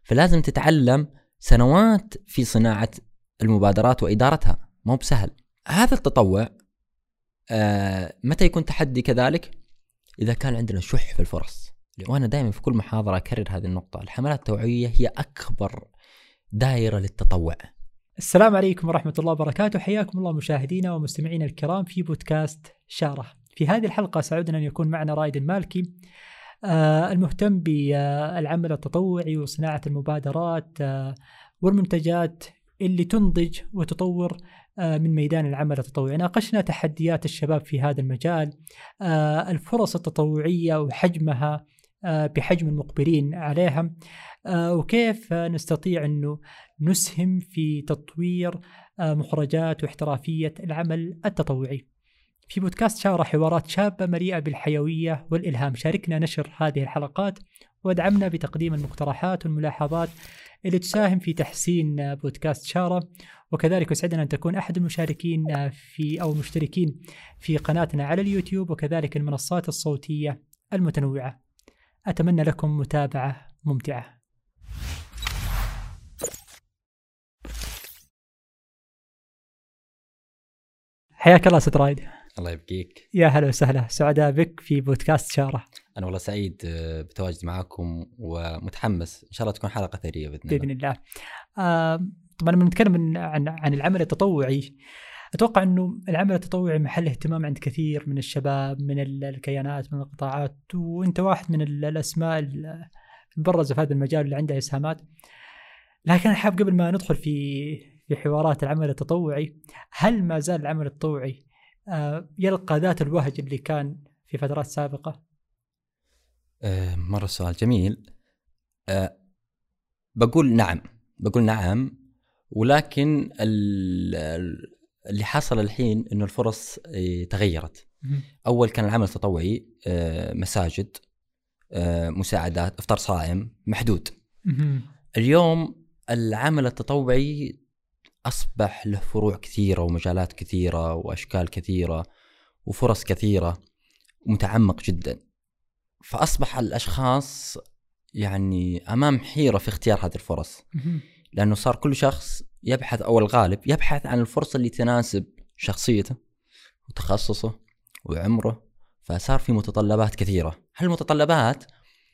فلازم تتعلم سنوات في صناعة المبادرات وإدارتها، ما هو بسهل. هذا التطوع متى يكون تحدي كذلك؟ إذا كان عندنا شح في الفرص. وأنا دائما في كل محاضرة أكرر هذه النقطة، الحملات التوعوية هي أكبر دائرة للتطوع. السلام عليكم ورحمة الله وبركاته، حياكم الله مشاهدينا ومستمعينا الكرام في بودكاست شارة. في هذه الحلقة سعدنا أن يكون معنا رائد المالكي، المهتم بالعمل التطوعي وصناعة المبادرات والمنتجات اللي تنضج وتطور من ميدان العمل التطوعي. ناقشنا تحديات الشباب في هذا المجال، الفرص التطوعية وحجمها بحجم المقبلين عليها، وكيف نستطيع أنه نسهم في تطوير مخرجات واحترافية العمل التطوعي. في بودكاست شارة حوارات شابة مليئة بالحيوية والإلهام. شاركنا نشر هذه الحلقات وادعمنا بتقديم المقترحات والملاحظات اللي تساهم في تحسين بودكاست شارة، وكذلك يسعدنا أن تكون أحد المشاركين أو المشتركين في قناتنا على اليوتيوب وكذلك المنصات الصوتية المتنوعة. أتمنى لكم متابعة ممتعة. حياك الله ست رايد. الله يبقيك. يا هلا وسهلا، سعداء بك في بودكاست شارة. أنا والله سعيد بتواجد معكم ومتحمس، إن شاء الله تكون حلقة ثرية بإذن الله. طبعا لما نتكلم عن العمل التطوعي، أتوقع أنه العمل التطوعي محل اهتمام عند كثير من الشباب، من الكيانات، من القطاعات، وأنت واحد من الأسماء المبرزة في هذا المجال اللي عندها إسهامات. لكن أنا حاب قبل ما ندخل في حوارات العمل التطوعي، هل ما زال العمل التطوعي يلقى ذات الوهج اللي كان في فترات سابقة؟ مرة سؤال جميل. بقول نعم، ولكن اللي حصل الحين إنه الفرص تغيرت. أول كان العمل التطوعي مساجد، مساعدات، إفطار صائم محدود. اليوم العمل التطوعي أصبح له فروع كثيرة ومجالات كثيرة وأشكال كثيرة وفرص كثيرة ومتعمق جدا، فأصبح الأشخاص يعني أمام حيرة في اختيار هذه الفرص، لأنه صار كل شخص يبحث، أو الغالب يبحث عن الفرصة اللي تناسب شخصيته وتخصصه وعمره. فصار في متطلبات كثيرة. هالمتطلبات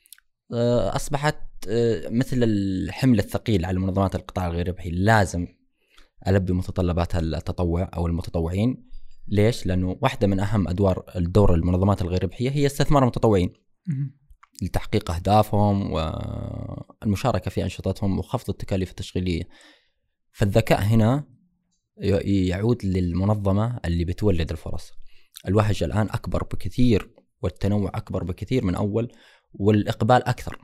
أصبحت مثل الحمل الثقيل على منظمات القطاع الغير ربحي. لازم ألبي متطلبات التطوع أو المتطوعين. ليش؟ لأنه واحدة من أهم الدور المنظمات الغير ربحية هي استثمار المتطوعين لتحقيق أهدافهم والمشاركة في أنشطتهم وخفض التكاليف التشغيلية. فالذكاء هنا يعود للمنظمة اللي بتولد الفرص. الوهج الآن أكبر بكثير والتنوع أكبر بكثير من أول، والإقبال أكثر.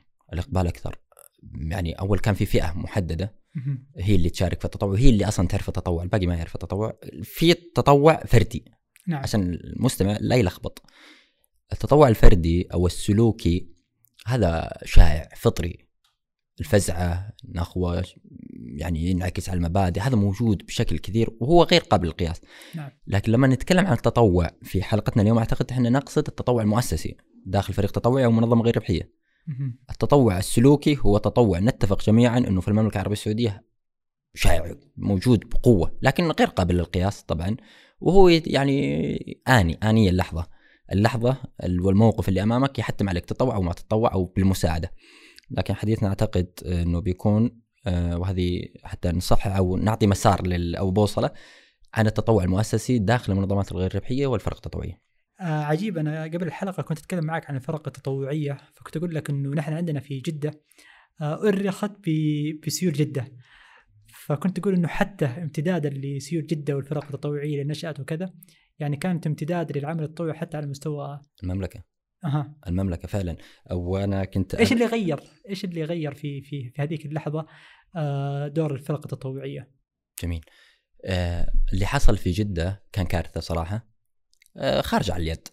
يعني أول كان في فئة محددة هي اللي تشارك في التطوع، هي اللي أصلا تعرف التطوع، الباقي ما يعرف التطوع. في تطوع فردي. نعم. عشان المستمع لا يلخبط، التطوع الفردي أو السلوكي هذا شائع فطري، الفزعة، نخوة، يعني ينعكس على المبادئ، هذا موجود بشكل كثير وهو غير قابل للقياس. نعم. لكن لما نتكلم عن التطوع في حلقتنا اليوم، أعتقد إحنا نقصد التطوع المؤسسي داخل فريق تطوعي أو منظمة غير ربحية. التطوع السلوكي هو تطوع نتفق جميعا أنه في المملكة العربية السعودية شائع موجود بقوة، لكن غير قابل للقياس طبعا. وهو يعني آنية اللحظة والموقف اللي أمامك يحتم عليك تطوع أو ما تطوع أو بالمساعدة. لكن حديثنا أعتقد أنه بيكون وهذه حتى نصحح أو نعطي مسار أو بوصلة عن التطوع المؤسسي داخل المنظمات الغير ربحية والفرق التطوعية. عجيب. أنا قبل الحلقة كنت أتكلم معك عن الفرق التطوعية، فكنت أقول لك أنه نحن عندنا في جدة أرخت بسيول جدة، فكنت أقول أنه حتى امتدادا لسيول جدة والفرق التطوعية اللي نشأت وكذا، يعني كانت امتداد للعمل التطوعي حتى على مستوى المملكة. المملكة فعلا. وأنا كنت إيش اللي غير في هذيك اللحظة دور الفرق التطوعية؟ جميل. اللي حصل في جدة كان كارثة صراحة، خارج عن اليد.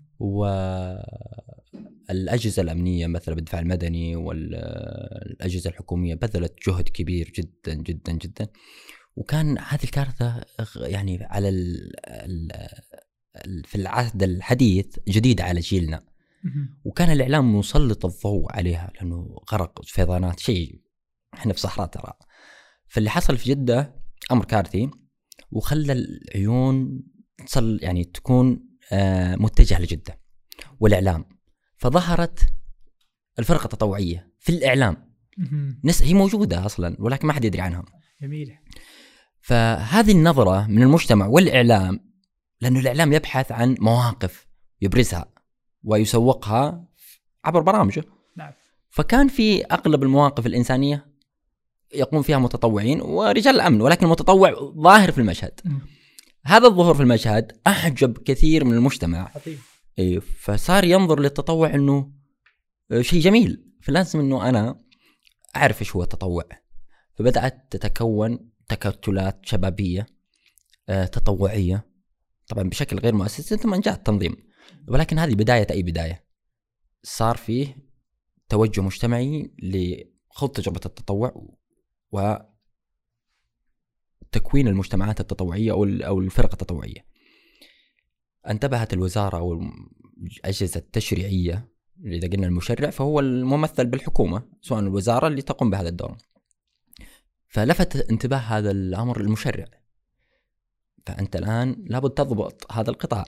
والأجهزة الأمنية مثل بالدفاع المدني والأجهزة الحكومية بذلت جهد كبير جدا جدا جدا، وكان هذه الكارثة يعني على في العهد الحديث جديد على جيلنا، وكان الإعلام مسلط الضوء عليها لأنه غرق فيضانات، شيء احنا في صحراء ترى. فاللي حصل في جدة أمر كارثي، وخلى العيون تصل يعني تكون متجهة لجدة والإعلام، فظهرت الفرقة التطوعية في الإعلام. هي موجودة أصلا ولكن ما حد يدري عنها. جميل. فهذه النظرة من المجتمع والإعلام، لأنه الإعلام يبحث عن مواقف يبرزها ويسوقها عبر برامجه. نعم. فكان في أغلب المواقف الإنسانية يقوم فيها متطوعين ورجال الأمن، ولكن المتطوع ظاهر في المشهد. هذا الظهور في المشهد أعجب كثير من المجتمع. فصار ينظر للتطوع أنه شيء جميل، فلازم أنه أنا أعرف إيش هو التطوع. فبدأت تتكون تكتلات شبابية تطوعية، طبعا بشكل غير مؤسسي، ثم جاء التنظيم. ولكن هذه بداية أي بداية. صار فيه توجه مجتمعي لخوض تجربة التطوع وتكوين المجتمعات التطوعية أو الفرق التطوعية. انتبهت الوزارة أو الأجهزة التشريعية، إذا قلنا المشرع فهو الممثل بالحكومة، سواء الوزارة اللي تقوم بهذا الدور، فلفت انتباه هذا الأمر المشرع. فأنت الآن لابد تضبط هذا القطاع.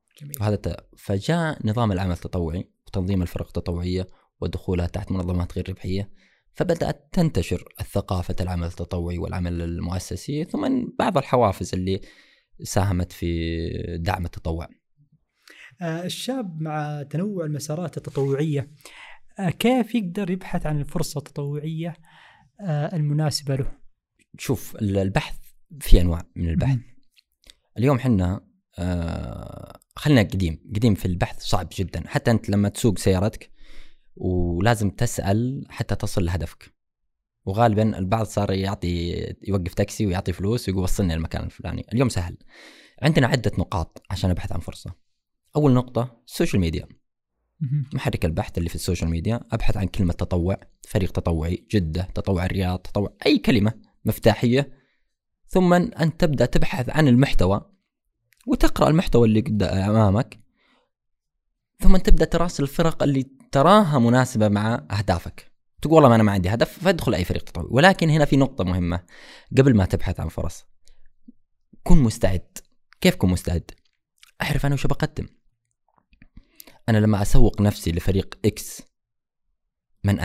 فجاء نظام العمل التطوعي وتنظيم الفرق التطوعية ودخولها تحت منظمات غير ربحية، فبدأت تنتشر الثقافة العمل التطوعي والعمل المؤسسي، ثم بعض الحوافز اللي ساهمت في دعم التطوع. الشاب مع تنوع المسارات التطوعية كيف يقدر يبحث عن الفرصة التطوعية المناسبة له؟ شوف، البحث في أنواع من البحث. اليوم حنا خلنا قديم في البحث صعب جدا. حتى أنت لما تسوق سيارتك ولازم تسأل حتى تصل لهدفك، وغالبا البعض صار يوقف تاكسي ويعطي فلوس ويقول وصلني المكان الفلاني. اليوم سهل. عندنا عدة نقاط عشان أبحث عن فرصة. أول نقطة السوشيال ميديا، محرك البحث اللي في السوشيال ميديا. أبحث عن كلمة تطوع، فريق تطوعي، جدة، تطوع الرياض، تطوع، أي كلمة مفتاحية. ثم أن تبدأ تبحث عن المحتوى وتقرأ المحتوى اللي أمامك، ثم تبدأ تراسل الفرق اللي تراها مناسبة مع أهدافك. تقول والله ما أنا ما عندي هدف، فادخل أي فريق تطوعي. ولكن هنا في نقطة مهمة قبل ما تبحث عن فرص، كن مستعد. كيف كن مستعد؟ أعرف أنا وش بقدم. أنا لما أسوق نفسي لفريق إكس، من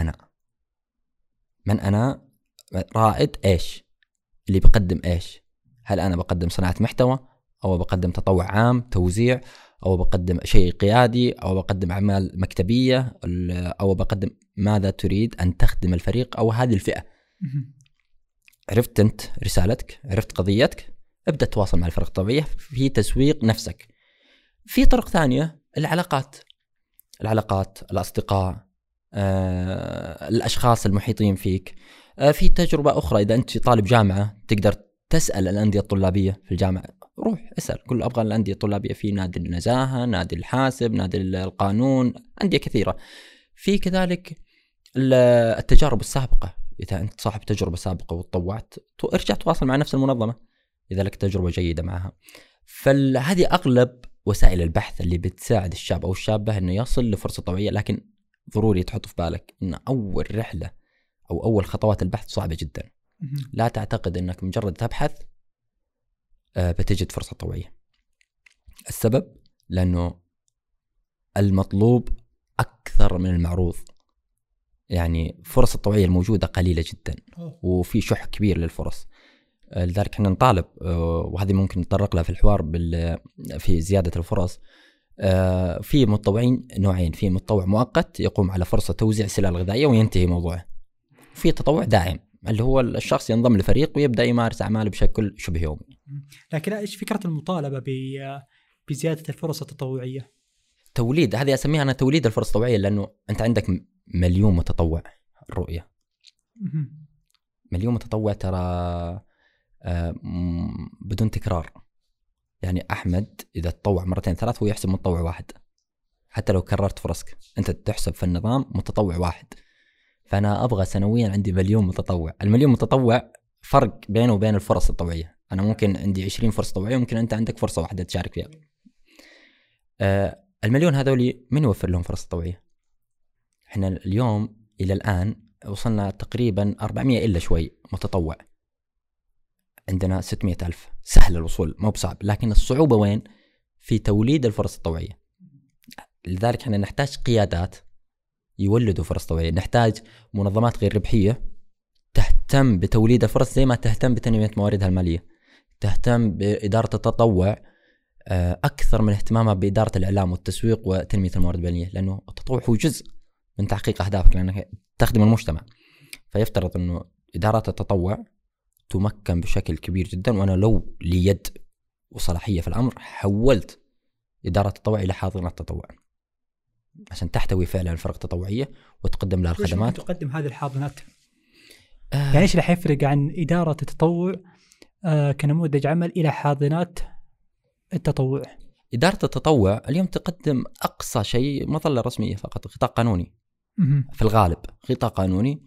أنا رائد إيش اللي بقدم إيش؟ هل أنا بقدم صناعة محتوى، أو بقدم تطوع عام توزيع، أو بقدم شيء قيادي، أو بقدم أعمال مكتبية، أو بقدم ماذا تريد أن تخدم الفريق أو هذه الفئة؟ عرفت أنت رسالتك، عرفت قضيتك، ابدأ تواصل مع الفرق التطوعية في تسويق نفسك. في طرق ثانية، العلاقات، الأصدقاء، الأشخاص المحيطين فيك. في تجربة أخرى، إذا أنت طالب جامعة تقدر تسأل الأندية الطلابية في الجامعة. روح اسأل، كل أبغى الأندية الطلابية في نادي النزاهة، نادي الحاسب، نادي القانون، أندية كثيرة. في كذلك التجارب السابقة، إذا أنت صاحب تجربة سابقة وتطوعت، ارجع تواصل مع نفس المنظمة إذا لك تجربة جيدة معها. فهذه أغلب وسائل البحث اللي بتساعد الشاب أو الشابة أنه يصل لفرصة طوعية. لكن ضروري تحط في بالك أن أول رحلة أو أول خطوات البحث صعبة جدا. لا تعتقد أنك مجرد تبحث بتجد فرصة طوعية. السبب لأنه المطلوب أكثر من المعروض. يعني فرص الطوعية الموجودة قليلة جدا، وفي شح كبير للفرص. لذلك احنا نطالب، وهذه ممكن نتطرق لها في الحوار في زيادة الفرص. في متطوعين نوعين، في متطوع مؤقت يقوم على فرصة توزيع السلع الغذائية وينتهي موضوعه، في تطوع دائم اللي هو الشخص ينضم لفريق ويبدأ يمارس أعماله بشكل شبه يومي. لكن إيش فكرة المطالبة بزيادة الفرص التطوعية؟ توليد، هذه أسميها أنا توليد الفرص التطوعية، لأنه أنت عندك مليون متطوع. الرؤية مليون متطوع ترى بدون تكرار. يعني أحمد إذا تطوع مرتين ثلاث هو يحسب متطوع واحد، حتى لو كررت فرصك أنت تحسب في النظام متطوع واحد. فأنا أبغى سنويا عندي مليون متطوع. المليون متطوع فرق بينه وبين الفرص الطوعية. أنا ممكن عندي 20 فرصة طوعية، ممكن أنت عندك فرصة واحدة تشارك فيها. المليون هذولي من يوفر لهم فرص طوعية؟ إحنا اليوم إلى الآن وصلنا تقريبا 400 إلا شوي متطوع. عندنا 600,000. سهل الوصول مو بصعب، لكن الصعوبة وين؟ في توليد الفرص التطوعية. لذلك احنا نحتاج قيادات يولدوا فرص تطوعية، نحتاج منظمات غير ربحية تهتم بتوليد الفرص زي ما تهتم بتنمية مواردها المالية، تهتم بإدارة التطوع أكثر من اهتمامها بإدارة الإعلام والتسويق وتنمية الموارد المالية، لأنه التطوع هو جزء من تحقيق أهدافك، لأنك تخدم المجتمع. فيفترض أنه إدارات التطوع تمكن بشكل كبير جدا. وأنا لو لي يد وصلاحية في الأمر حولت إدارة التطوع إلى حاضنة تطوع عشان تحتوي فعلا الفرق التطوعية وتقدم لها الخدمات. تقدم هذه الحاضنات يعني إيش راح يفرق عن إدارة التطوع كنموذج عمل إلى حاضنات التطوع؟ إدارة التطوع اليوم تقدم أقصى شيء مظلة رسمية فقط، غطاء قانوني في الغالب، غطاء قانوني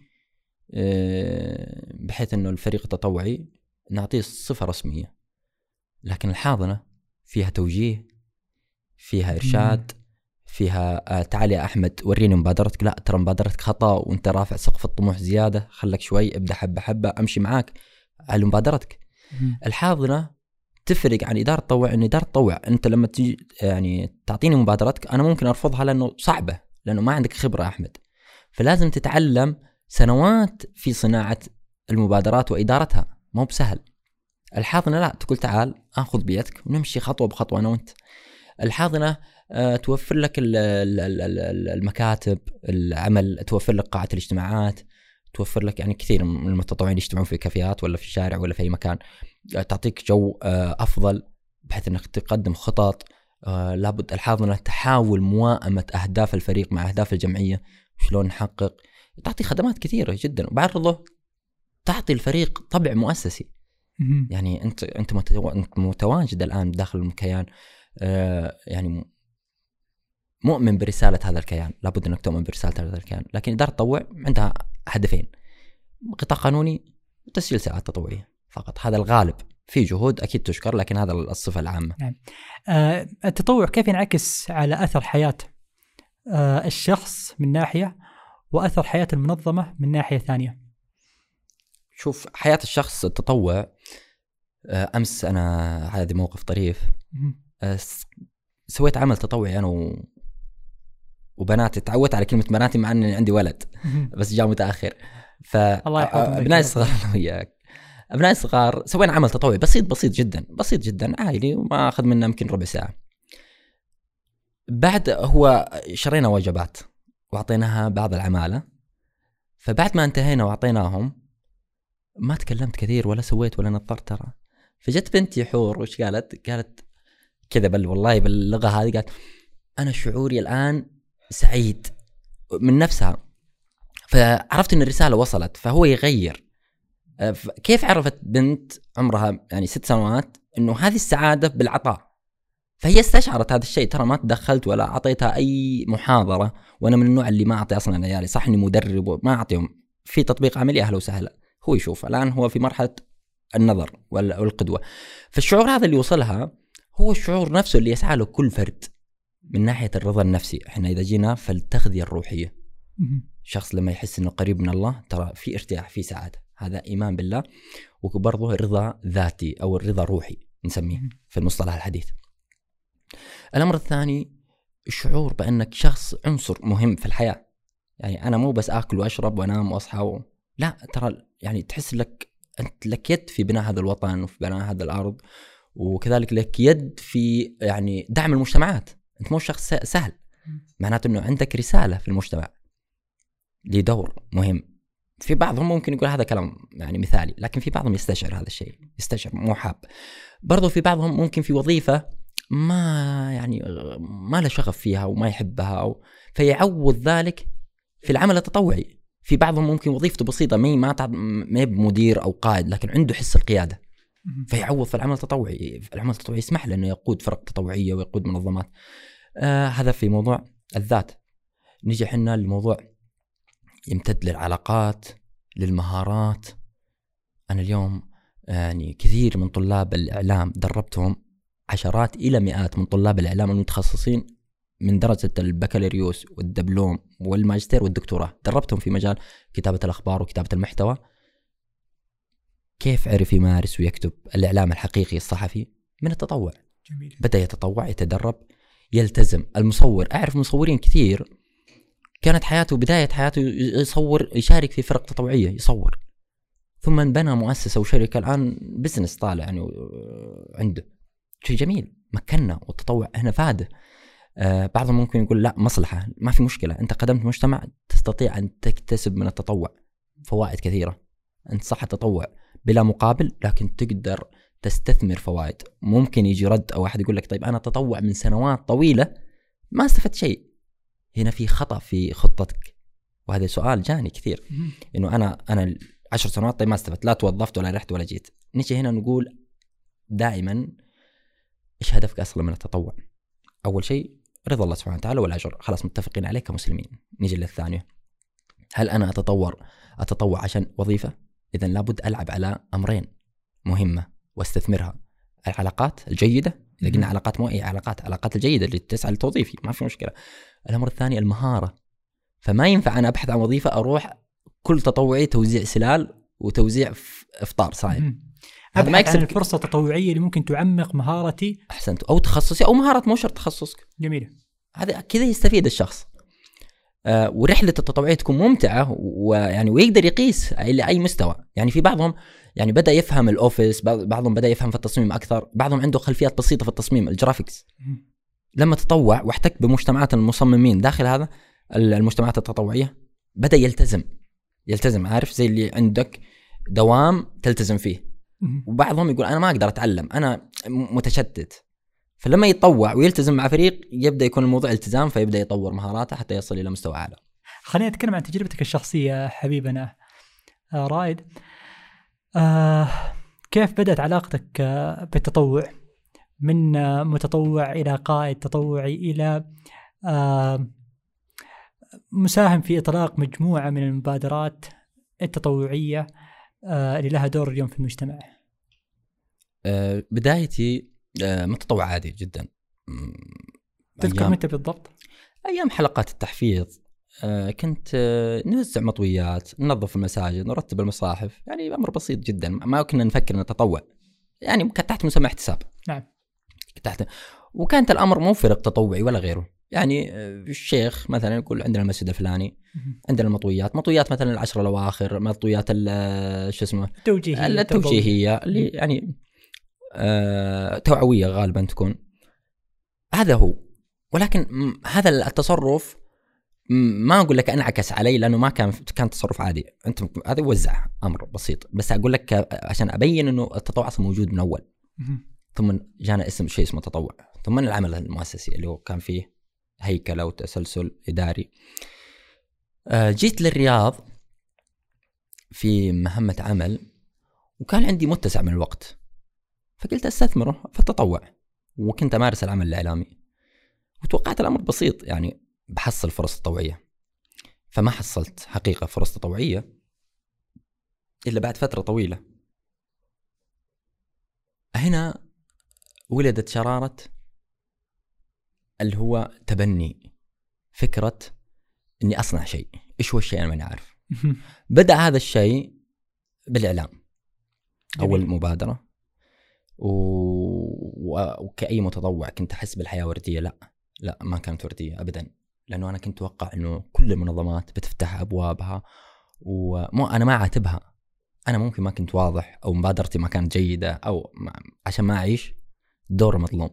بحيث أنه الفريق التطوعي نعطيه صفة رسمية. لكن الحاضنة فيها توجيه، فيها إرشاد، فيها تعال يا أحمد وريني مبادرتك، لا ترى مبادرتك خطأ وانت رافع سقف الطموح زيادة، خلك شوي، ابدأ حبة حبة، أمشي معاك على مبادرتك. الحاضنة تفرق عن إدارة التطوع. إن إدارة التطوع أنت لما تيجي يعني تعطيني مبادرتك أنا ممكن أرفضها لأنه صعبة، لأنه ما عندك خبرة أحمد، فلازم تتعلم سنوات في صناعة المبادرات وإدارتها، مو بسهل. الحاضنة لا، تقول تعال أخذ بيدك ونمشي خطوة بخطوة أنا وأنت. الحاضنة توفر لك المكاتب العمل، توفر لك قاعة الاجتماعات، توفر لك يعني كثير من المتطوعين يجتمعون في كافيهات ولا في الشارع ولا في أي مكان، تعطيك جو أفضل بحيث أنك تقدم خطط. لابد الحاضنة تحاول موائمة أهداف الفريق مع أهداف الجمعية، شلون نحقق، تعطي خدمات كثيرة جدا، وبعرضه تعطي الفريق طبع مؤسسي. يعني أنت متواجد الآن داخل الكيان، يعني مؤمن برسالة هذا الكيان، لابد أنك تؤمن برسالة هذا الكيان. لكن إدارة التطوع عندها هدفين: غطاء قانوني وتسجيل ساعات تطوعية فقط. هذا الغالب، في جهود أكيد تشكر لكن هذا الصفة العامة. نعم. التطوع كيف ينعكس على أثر حياة الشخص من ناحية وأثر حياة المنظمة من ناحية ثانية؟ شوف، حياة الشخص التطوع، أمس أنا هذا موقف طريف، سويت عمل تطوعي أنا وبناتي. تعودت على كلمة بناتي مع أني عندي ولد بس جاء متأخر، فأبنائي الصغار وياك أبنائي الصغار سوينا عمل تطوعي بسيط جدا عائلي، وما أخذ منا يمكن ربع ساعة. بعد هو شرينا وجبات وعطيناها بعض العمالة، فبعد ما انتهينا وعطيناهم ما تكلمت كثير ولا سويت ولا نطرت ترى. فجت بنتي حور وش قالت كذا، والله باللغة هذه قالت أنا شعوري الآن سعيد من نفسها. فعرفت إن الرسالة وصلت، فهو يغير. كيف عرفت بنت عمرها يعني 6 سنوات إنه هذه السعادة بالعطاء؟ فهي استشعرت هذا الشيء. ترى ما تدخلت ولا أعطيتها أي محاضرة، وأنا من النوع اللي ما أعطي أصلا عيالي، صح إني مدرب وما أعطيهم في تطبيق عملي أهلا وسهلا، هو يشوف. الآن هو في مرحلة النظر والقدوة. فالشعور هذا اللي وصلها هو الشعور نفسه اللي يسعى له كل فرد من ناحية الرضا النفسي. احنا إذا جينا فالتغذية الروحية، شخص لما يحس إنه قريب من الله ترى في ارتياح، في سعادة، هذا إيمان بالله. وبرضه الرضا ذاتي أو الرضا الروحي نسميه في المصطلح الحديث. الأمر الثاني الشعور بأنك شخص عنصر مهم في الحياة. يعني أنا مو بس أكل وأشرب وأنام وأصحى لا، ترى يعني تحس أنت لك يد في بناء هذا الوطن وفي بناء هذا الأرض، وكذلك لك يد في يعني دعم المجتمعات. أنت مو شخص سهل، معناته أنه عندك رسالة في المجتمع، لي دور مهم. في بعضهم ممكن يقول هذا كلام يعني مثالي، لكن في بعضهم يستشعر هذا الشيء، يستشعر مو حاب. برضو في بعضهم ممكن في وظيفة ما له شغف فيها وما يحبها، فيعوض ذلك في العمل التطوعي. في بعضهم ممكن وظيفته بسيطة، ما بمدير أو قائد، لكن عنده حس القيادة، فيعوض في العمل التطوعي. العمل التطوعي يسمح له أنه يقود فرق تطوعية ويقود منظمات. هذا في موضوع الذات. نيجي حنا للموضوع يمتد للعلاقات، للمهارات. أنا اليوم يعني كثير من طلاب الإعلام دربتهم، عشرات إلى مئات من طلاب الإعلام المتخصصين من درجة البكالوريوس والدبلوم والماجستير والدكتوراه، دربتهم في مجال كتابة الأخبار وكتابة المحتوى. كيف عرف يمارس ويكتب الإعلام الحقيقي الصحفي؟ من التطوع. جميل. بدأ يتطوع، يتدرب، يلتزم. المصور، أعرف مصورين كثير كانت حياته بداية حياته يصور، يشارك في فرق تطوعية يصور، ثم بنى مؤسسة وشركة، الآن بزنس طالع يعني عنده شيء جميل. مكنا والتطوع هنا فاده. بعضهم ممكن يقول لا مصلحة، ما في مشكلة، أنت قدمت مجتمع، تستطيع أن تكتسب من التطوع فوائد كثيرة. أنت صح التطوع بلا مقابل، لكن تقدر تستثمر فوائد. ممكن يجي رد أو أحد يقول لك طيب أنا تطوع من سنوات طويلة ما استفدت شيء. هنا في خطأ في خطتك، وهذا سؤال جاني كثير، إنه أنا 10 سنوات طيب ما استفدت، لا توظفت ولا رحت ولا جيت. نيجي هنا نقول دائما إيش هدفك أصلا من التطوع؟ أول شيء رضا الله سبحانه وتعالى والأجر، خلاص متفقين عليه كمسلمين. نيجي للثانية، هل أنا أتطوع عشان وظيفة؟ إذن لابد ألعب على أمرين مهمة واستثمرها: العلاقات الجيدة، إذا قلنا علاقات مو أي علاقات الجيدة اللي تسعى لتوظيفي ما في مشكلة. الأمر الثاني المهارة. فما ينفع أنا أبحث عن وظيفة أروح كل تطوعي توزيع سلال وتوزيع إفطار صايم. أبحث عن الفرصة التطوعية اللي ممكن تعمق مهارتي. أحسنت. أو تخصصي أو مهارة مو شرط تخصصك. جميل. هذا كذا يستفيد الشخص. ورحلة التطوعية تكون ممتعة ويعني ويقدر يقيس لأي مستوى. يعني في بعضهم يعني بدأ يفهم الأوفيس، بعضهم بدأ يفهم في التصميم أكثر، بعضهم عنده خلفيات بسيطة في التصميم الجرافيكس. لما تطوع واحتك بمجتمعات المصممين داخل هذا المجتمعات التطوعية بدأ يلتزم، عارف زي اللي عندك دوام تلتزم فيه. وبعضهم يقول أنا ما أقدر أتعلم، أنا متشتت. فلما يتطوع ويلتزم مع فريق يبدأ يكون الموضوع التزام، فيبدأ يطور مهاراته حتى يصل إلى مستوى أعلى. خلينا نتكلم عن تجربتك الشخصية حبيبنا رائد. كيف بدأت علاقتك بالتطوع من متطوع إلى قائد تطوعي إلى مساهم في إطلاق مجموعة من المبادرات التطوعية اللي لها دور اليوم في المجتمع؟ بدايتي متطوع عادي جدا. تذكر متى بالضبط؟ أيام حلقات التحفيظ. كنت نوزع مطويات، ننظف المساجد، نرتب المصاحف، يعني أمر بسيط جدا. ما كنا نفكر نتطوع، يعني كانت تحت مسمى احتساب. نعم. وكانت الأمر مو فرق تطوعي ولا غيره. يعني الشيخ مثلا يقول عندنا المسجد الفلاني، عندنا مطويات مثلا 10 الأواخر، مطويات التوجيهية اللي يعني توعوية غالبا تكون. هذا هو. ولكن هذا التصرف ما أقول لك انعكس علي لأنه ما كان تصرف عادي. أنت هذا وزع أمر بسيط، بس أقول لك عشان أبين إنه التطوع أصلا موجود من أول. ثم جانا شيء اسمه تطوع، ثم العمل المؤسسي اللي هو كان فيه هيكل أو تسلسل إداري. جيت للرياض في مهمة عمل، وكان عندي متسع من الوقت، فقلت أستثمره في التطوع. وكنت أمارس العمل الإعلامي، وتوقعت الأمر بسيط، يعني بحصل فرص تطوعية. فما حصلت حقيقة فرص تطوعية إلا بعد فترة طويلة. هنا ولدت شرارة اللي هو تبني فكرة إني أصنع شيء. إيش هو الشيء أنا ما أعرف. بدأ هذا الشيء بالإعلام. أول مبادرة، وكأي متطوع كنت أحس بالحياة وردية. لا ما كانت وردية أبدا، لأنه أنا كنت أتوقع إنه كل المنظمات بتفتح أبوابها، ومو أنا ما أعاتبها. أنا ممكن ما كنت واضح، أو مبادرتي ما كانت جيدة، أو عشان ما أعيش دور مظلوم.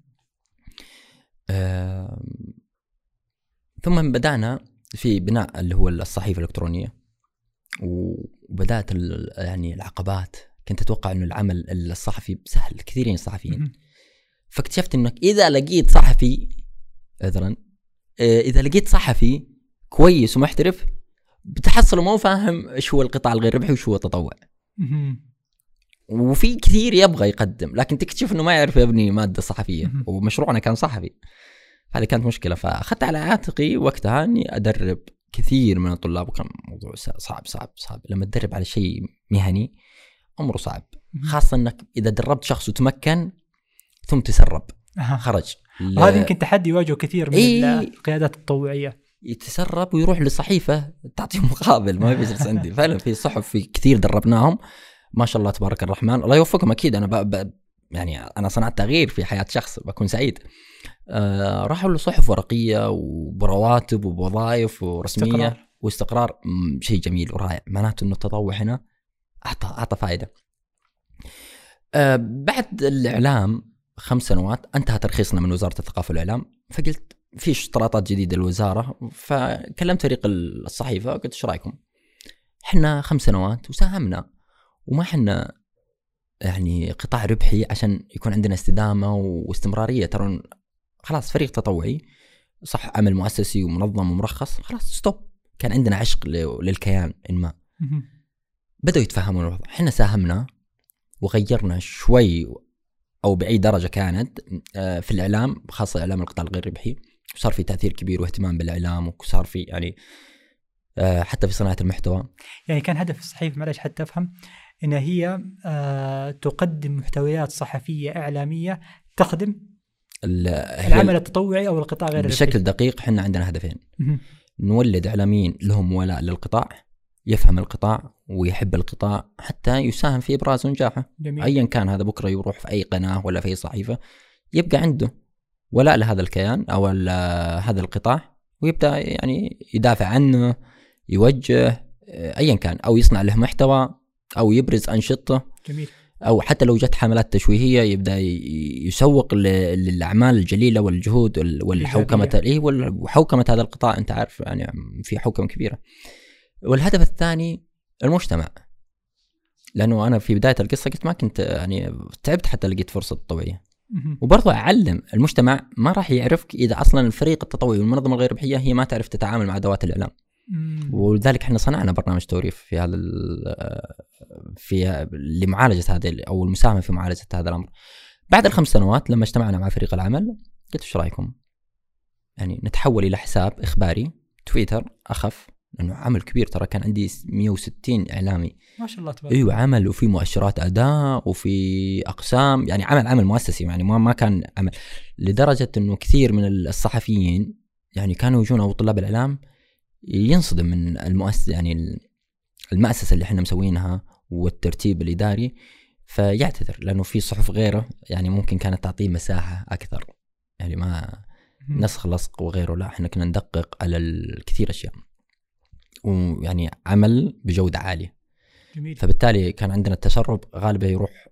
ثم بدأنا في بناء اللي هو الصحيفة الإلكترونية، وبدأت يعني العقبات. كنت أتوقع إنه العمل الصحفي سهل، كثيرين الصحفيين. فاكتشفت إنك إذا لقيت صحفي كويس ومحترف بتحصله مو فاهم إيش هو القطاع الغير ربحي وإيش هو التطوع. وفي كثير يبغى يقدم، لكن تكتشف إنه ما يعرف يبني مادة صحفية، ومشروعنا كان صحفي. هذه كانت مشكلة. فأخذت على عاتقي وقتها أني أدرب كثير من الطلاب، وكان موضوع صعب. لما تدرب على شيء مهني أمره صعب، خاصة أنك إذا دربت شخص وتمكن ثم تسرب خرج، وهذا يمكن تحدي يواجهه كثير من القيادات التطوعية، يتسرب ويروح لصحيفة تعطيه مقابل ما بيجلس عندي. فعلا في صحف في كثير دربناهم ما شاء الله تبارك الرحمن، الله يوفقهم. أكيد أنا يعني أنا صنعت تغيير في حياة شخص بكون سعيد. راحوا لصحف ورقية وبرواتب وبوظائف ورسمية واستقرار شيء جميل ورائع. معناته إنه التطوع هنا أعطى فائدة. بعد الإعلام 5 سنوات انتهى ترخيصنا من وزارة الثقافة والإعلام، فقلت في اشتراطات جديدة للوزارة، فكلمت فريق الصحيفة قلت ايش رايكم؟ احنا 5 سنوات وساهمنا وما احنا يعني قطاع ربحي عشان يكون عندنا استدامة واستمرارية. ترى خلاص فريق تطوعي صح، عمل مؤسسي ومنظم ومرخص، خلاص ستوب. كان عندنا عشق للكيان إنما بدأوا يتفهمون الوضع. احنا ساهمنا وغيرنا شوي أو بأي درجة كانت في الإعلام، خاصة إعلام القطاع الغير ربحي، وصار في تأثير كبير واهتمام بالإعلام، وصار في يعني حتى في صناعة المحتوى. يعني كان هدف الصحيفة، معلش حتى أفهم، إن هي تقدم محتويات صحفية إعلامية تخدم العمل التطوعي أو القطاع غير بشكل الربحي. دقيق. حنا عندنا هدفين: نولد إعلاميين لهم ولاء للقطاع، يفهم القطاع ويحب القطاع حتى يساهم في إبراز ونجاحه. أيا كان هذا، بكرة يروح في أي قناة ولا في أي صحيفة يبقى عنده ولاء لهذا الكيان أو هذا القطاع، ويبدأ يعني يدافع عنه، يوجه أيا كان، أو يصنع له محتوى، أو يبرز أنشطته. جميل. أو حتى لو جت حملات تشويهية يبدأ يسوق للأعمال الجليلة والجهود والحوكمة وحوكمة هذا القطاع. أنت عارف يعني في حوكمة كبيرة. والهدف الثاني المجتمع، لأنه أنا في بداية القصة قلت ما كنت يعني تعبت حتى لقيت فرصة تطوعية، وبرضو أعلم المجتمع ما راح يعرفك إذا أصلا الفريق التطوعي والمنظمة الغير ربحية هي ما تعرف تتعامل مع أدوات الإعلام. ولذلك احنا صنعنا برنامج توريف في هذا لمعالجة هذا أو المساهمة في معالجة هذا الأمر. بعد 5 سنوات لما اجتمعنا مع فريق العمل قلت ايش رايكم يعني نتحول إلى حساب إخباري تويتر، أخف لأنه عمل كبير، ترى كان عندي 160 إعلامي ما شاء الله تبارك. أيوة عمل، وفي مؤشرات أداء وفي أقسام، يعني عمل مؤسسي، يعني ما كان عمل لدرجة أنه كثير من الصحفيين يعني كانوا يجون أو طلاب الإعلام ينصدم من المؤسسة، يعني المؤسسة اللي احنا مسوينها والترتيب الإداري، فيعتذر لأنه في صحف غيره يعني ممكن كانت تعطيه مساحة أكثر، يعني ما نسخ لصق وغيره، لا احنا كنا ندقق على الكثير أشياء ويعني عمل بجودة عالية. جميل. فبالتالي كان عندنا التسرب غالبا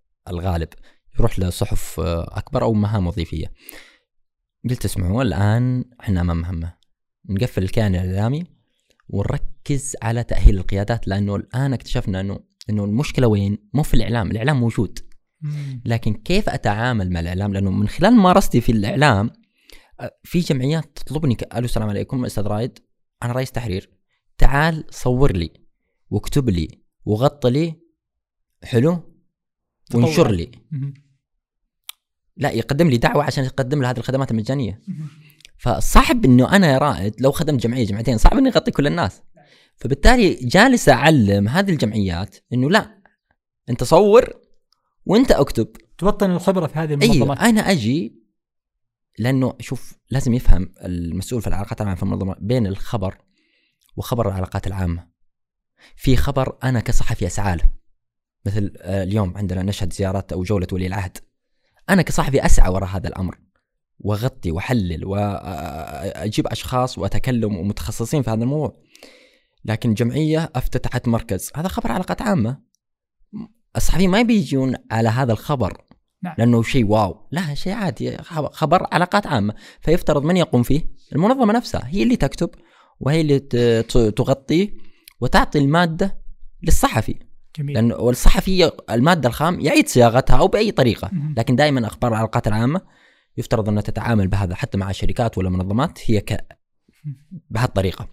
يروح لصحف أكبر أو مهام وظيفية. قلت اسمعوا الآن احنا أمام مهمة، نقفل الكيان الإعلامي ونركز على تأهيل القيادات، لأنه الآن اكتشفنا إنه المشكلة وين؟ مو في الإعلام موجود، لكن كيف أتعامل مع الإعلام؟ لأنه من خلال ممارستي في الإعلام في جمعيات تطلبني ألو السلام عليكم أستاذ رائد، أنا رئيس تحرير، تعال صور لي واكتب لي وغط لي حلو وانشر لي. لا، يقدم لي دعوة عشان يقدم له هذه الخدمات المجانية. فصعب إنه أنا يا رائد لو خدمت جمعيتين صعب إني أغطي كل الناس. فبالتالي جالس أعلم هذه الجمعيات إنه لا، أنت صور وأنت أكتب، توطن الخبرة في هذه المنظمات. أيوة، أنا أجي، لأنه شوف لازم يفهم المسؤول في العلاقات العامة في المنظمة بين الخبر وخبر العلاقات العامة. في خبر أنا كصحفي أسعى له، مثل اليوم عندنا نشهد زيارات أو جولة ولي العهد، أنا كصحفي أسعى وراء هذا الأمر وأغطي وأحلل وأجيب أشخاص وأتكلم ومتخصصين في هذا الموضوع. لكن جمعية افتتحت مركز، هذا خبر علاقات عامة، الصحفيين ما بيجون على هذا الخبر لأنه شيء واو، لا، شيء عادي، خبر علاقات عامة. فيفترض من يقوم فيه؟ المنظمة نفسها هي اللي تكتب وهي اللي تغطي وتعطي المادة للصحفي. جميل. لأن الصحفي المادة الخام يعيد صياغتها أو بأي طريقة، لكن دائما أخبار العلاقات العامة يفترض أنها تتعامل بهذا حتى مع شركات ولا منظمات هي بهالطريقة.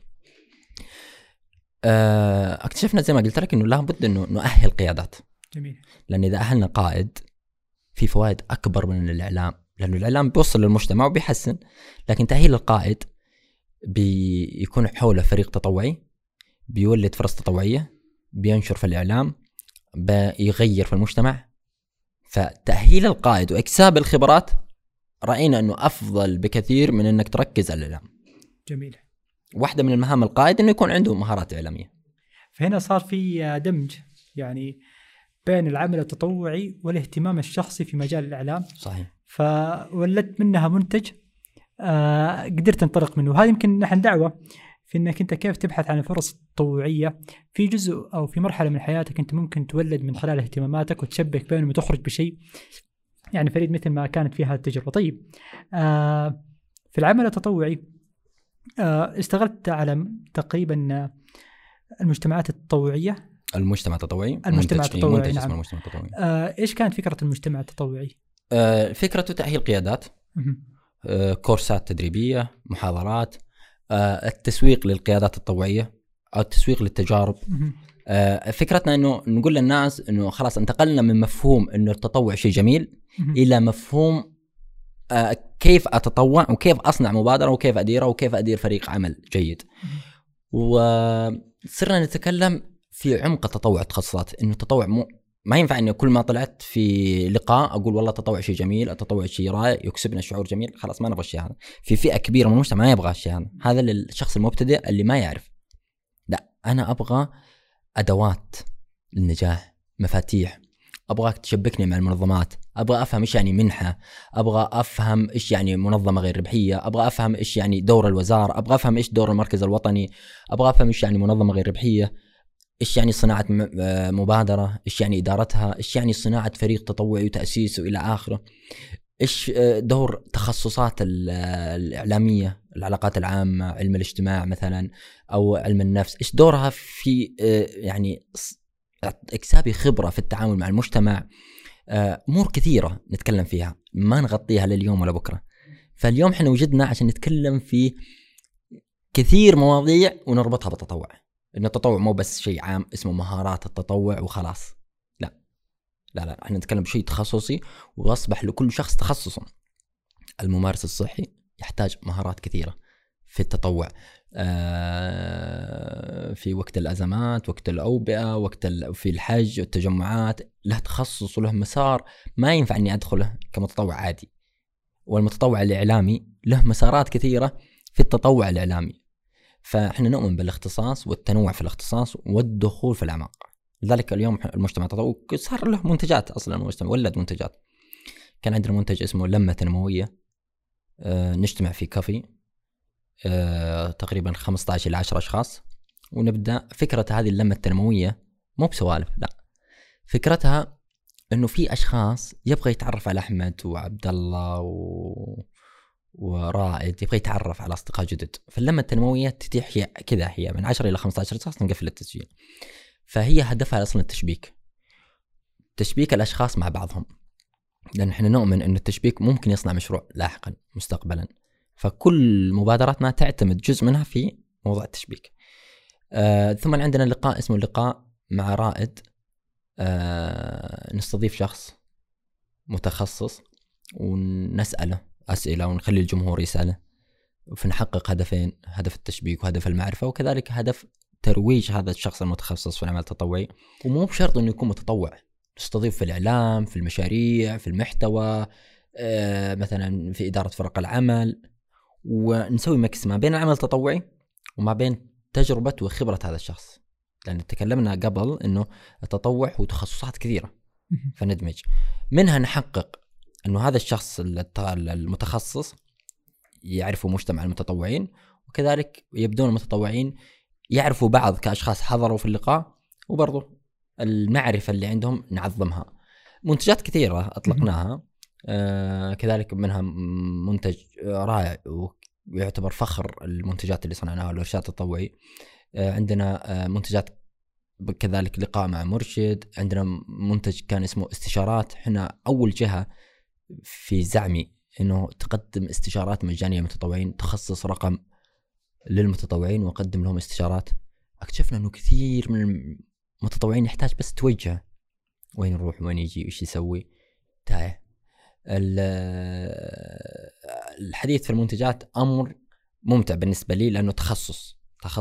اكتشفنا زي ما قلت لك أنه لابد أنه نؤهل قيادات. جميل. لأن إذا أهلنا قائد في فوائد أكبر من الإعلام، لأنه الإعلام بيوصل للمجتمع وبيحسن، لكن تأهيل القائد بيكون حوله فريق تطوعي، بيولد فرص تطوعية، بينشر في الإعلام، بيغير في المجتمع. فتأهيل القائد وإكساب الخبرات رأينا أنه أفضل بكثير من أنك تركز على الإعلام. جميل. واحدة من المهام القائد أنه يكون عنده مهارات إعلامية. فهنا صار في دمج يعني بين العمل التطوعي والاهتمام الشخصي في مجال الإعلام. صحيح. فولدت منها منتج قدرت تنطلق منه. وهذا يمكن نحن دعوة في أنك أنت كيف تبحث عن الفرص التطوعية في جزء أو في مرحلة من حياتك أنت ممكن تولد من خلال اهتماماتك وتشبك بينهم وتخرج بشيء يعني فريد مثل ما كانت فيها التجربة. طيب في العمل التطوعي اشتغلت على تقريبا المجتمعات التطوعية. المجتمع التطوعي. نعم. المجتمع التطوعي. إيش كانت فكرة المجتمع التطوعي؟ فكرته تأهيل قيادات، كورسات تدريبية، محاضرات، التسويق للقيادات التطوعية أو التسويق للتجارب. فكرتنا إنه نقول للناس إنه خلاص انتقلنا من مفهوم إنه التطوع شيء جميل إلى مفهوم كيف أتطوع وكيف أصنع مبادرة وكيف أديرها وكيف أدير فريق عمل جيد. وصرنا نتكلم في عمق التطوع التخصصات، إنه التطوع ما ينفع إنه كل ما طلعت في لقاء أقول والله التطوع شيء جميل، التطوع شيء رائع يكسبنا شعور جميل. خلاص ما نبغى الشيء هذا. في فئة كبيرة من المجتمع ما يبغى الشيء هذا. هذا للشخص المبتدئ اللي ما يعرف. لا، أنا أبغى أدوات للنجاح، مفاتيح. أبغاك تشبكني مع المنظمات، أبغى أفهم إيش يعني منحة، أبغى أفهم إيش يعني منظمة غير ربحية، أبغى أفهم إيش يعني دور الوزارة، أبغى أفهم إيش دور المركز الوطني، أبغى أفهم إيش يعني منظمة غير ربحية، إيش يعني صناعة مبادرة، إيش يعني إدارتها، إيش يعني صناعة فريق تطوعي وتأسيسه إلى آخره، إيش دور تخصصات الإعلامية، العلاقات العامة، علم الاجتماع مثلا أو علم النفس، إيش دورها في يعني اكسابي خبرة في التعامل مع المجتمع. أمور كثيرة نتكلم فيها ما نغطيها لليوم ولا بكرة. فاليوم احنا وجدنا عشان نتكلم في كثير مواضيع ونربطها بالتطوع. إن التطوع مو بس شيء عام اسمه مهارات التطوع وخلاص، لا لا لا، احنا نتكلم بشيء تخصصي وأصبح لكل شخص تخصصا. الممارس الصحي يحتاج مهارات كثيرة في التطوع، في وقت الأزمات، وقت الأوبئة، في الحج والتجمعات، له تخصص وله مسار ما ينفع أني أدخله كمتطوع عادي. والمتطوع الإعلامي له مسارات كثيرة في التطوع الإعلامي. فإحنا نؤمن بالاختصاص والتنوع في الاختصاص والدخول في الأعماق. لذلك اليوم المجتمع التطوعي صار له منتجات. أصلا المجتمع ولد منتجات. كان عندنا منتج اسمه لمة تنموية، نجتمع في كافي تقريبا 15 إلى 10 أشخاص ونبدأ. فكرة هذه اللمة التنموية مو بسوالف، لا، فكرتها إنه في أشخاص يبغى يتعرف على أحمد وعبد الله ورائد، يبغى يتعرف على أصدقاء جدد. فاللمة التنموية تتيح هي كذا، هي من 10 إلى 15 شخص نقفل التسجيل. فهي هدفها أصلا تشبيك الأشخاص مع بعضهم، لأن احنا نؤمن أن التشبيك ممكن يصنع مشروع لاحقا مستقبلا. فكل مبادراتنا تعتمد جزء منها في موضوع التشبيك. ثم عندنا لقاء اسمه اللقاء مع رائد، نستضيف شخص متخصص ونسأله أسئلة ونخلي الجمهور يسأله، فنحقق هدفين: هدف التشبيك وهدف المعرفة، وكذلك هدف ترويج هذا الشخص المتخصص في العمل التطوعي. ومو بشرط أنه يكون متطوع، نستضيف في الإعلام، في المشاريع، في المحتوى، مثلا في إدارة فرق العمل، ونسوي مكس ما بين العمل التطوعي وما بين تجربة وخبرة هذا الشخص. لأن تكلمنا قبل أنه التطوع هو تخصصات كثيرة، فندمج منها نحقق أنه هذا الشخص المتخصص يعرفوا مجتمع المتطوعين، وكذلك يبدون المتطوعين يعرفوا بعض كأشخاص حضروا في اللقاء، وبرضو المعرفة اللي عندهم نعظمها. منتجات كثيرة أطلقناها، كذلك منها منتج رائع ويعتبر فخر المنتجات اللي صنعناها الإرشاد التطوعي. عندنا منتجات كذلك لقاء مع مرشد. عندنا منتج كان اسمه استشارات. احنا أول جهة في زعمي إنه تقدم استشارات مجانية للمتطوعين، تخصص رقم للمتطوعين وقدم لهم استشارات. اكتشفنا إنه كثير من المتطوعين يحتاج بس توجه وين يروح وين يجي وإيش يسوي، تايه. الحديث في المنتجات أمر ممتع بالنسبة لي لأنه تخصص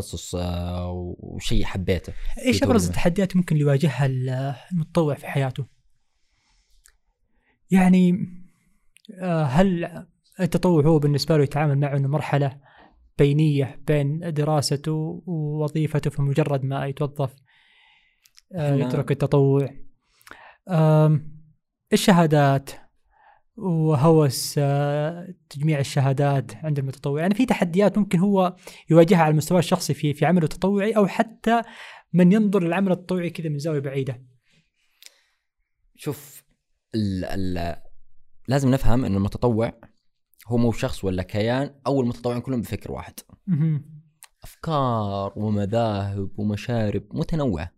وشيء حبيته. إيش أبرز التحديات ممكن يواجهها المتطوع في حياته؟ يعني هل التطوع هو بالنسبة له يتعامل معه أنه مرحلة بينية بين دراسته ووظيفته، فمجرد ما يتوظف يترك التطوع. الشهادات وهوس تجميع الشهادات عند المتطوع، يعني في تحديات ممكن هو يواجهها على المستوى الشخصي في عمله التطوعي، أو حتى من ينظر للعمل التطوعي كذا من زاوية بعيدة. شوف لازم نفهم أن المتطوع هو مو شخص ولا كيان، أو المتطوعين كلهم بفكر واحد. أفكار ومذاهب ومشارب متنوعة،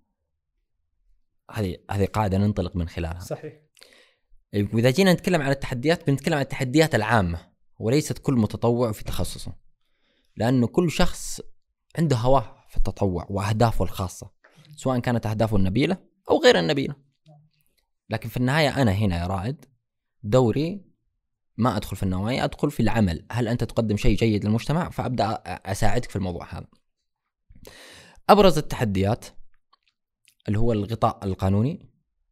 هذه قاعدة ننطلق من خلالها. صحيح. وإذا جينا نتكلم عن التحديات بنتكلم عن التحديات العامة، وليست كل متطوع في تخصصه، لأنه كل شخص عنده هواه في التطوع وأهدافه الخاصة، سواء كانت أهدافه النبيلة أو غير النبيلة. لكن في النهاية أنا هنا يا رائد دوري ما أدخل في النوايا، أدخل في العمل. هل أنت تقدم شيء جيد للمجتمع؟ فأبدأ أساعدك في الموضوع هذا. أبرز التحديات اللي هو الغطاء القانوني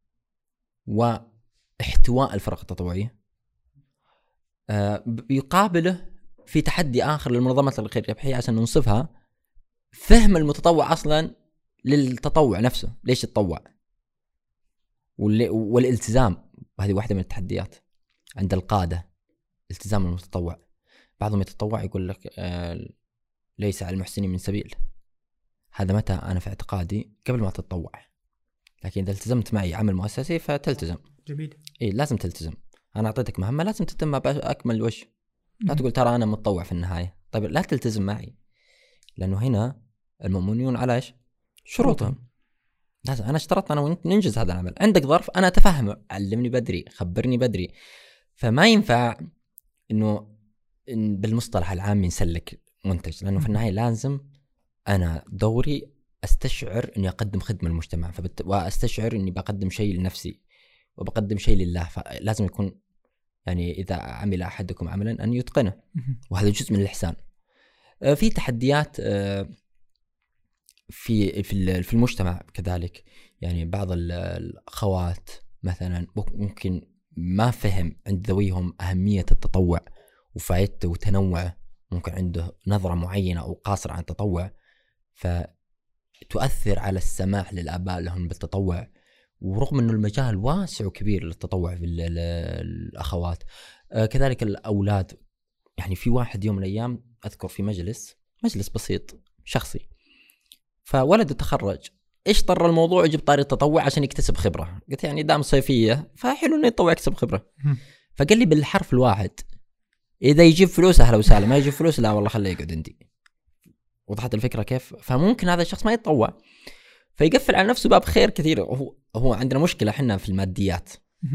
واحتواء الفرق التطوعية. يقابله في تحدي آخر للمنظمات الغير ربحية عشان ننصفها، فهم المتطوع أصلا للتطوع نفسه، ليش يتطوع، والالتزام. وهذه واحدة من التحديات عند القادة، التزام المتطوع. بعضهم يتطوع يقول لك ليس على المحسنين من سبيل. هذا متى؟ أنا في اعتقادي قبل ما تتطوع، لكن إذا التزمت معي عمل مؤسسي فتلتزم. جميل. إيه لازم تلتزم. أنا أعطيتك مهمة لازم تتمها بأكمل وجه. لا تقول ترى أنا متطوع في النهاية. طيب لا تلتزم معي، لأنه هنا المؤمنون على إيش؟ شروطهم. لازم أنا اشترطت أنا وأنت ننجز هذا العمل. عندك ظرف أنا أتفهم، علمني بدري، خبرني بدري. فما ينفع إنه بالمصطلح العام نسلك منتج، لأنه في النهاية لازم أنا دوري أستشعر إني أقدم خدمة للمجتمع، وأستشعر إني بقدم شيء لنفسي وبقدم شيء لله. فلازم يكون يعني إذا عمل أحدكم عملا أن يتقنه، وهذا جزء من الإحسان. في تحديات في المجتمع كذلك. يعني بعض الأخوات مثلا ممكن ما فهم عند ذويهم أهمية التطوع وفائدته وتنوعه، ممكن عنده نظرة معينة أو قاصرة عن التطوع، فتؤثر على السماح للآباء لهم بالتطوع. ورغم أنه المجال واسع وكبير للتطوع في الأخوات. كذلك الأولاد. يعني في واحد يوم من الأيام أذكر في مجلس بسيط شخصي، فولد تخرج، إيش طر الموضوع يجيب طاري التطوع عشان يكتسب خبرة. قلت يعني دام صيفية فحلو إنه يتطوع يكسب خبرة. فقال لي بالحرف الواحد إذا يجيب فلوس أهلا وسهلا، ما يجيب فلوس لا والله خليه يقعد عندي. وضحت الفكرة كيف؟ فممكن هذا الشخص ما يتطوع فيقفل على نفسه باب خير كثير. هو عندنا مشكلة حنا في الماديات.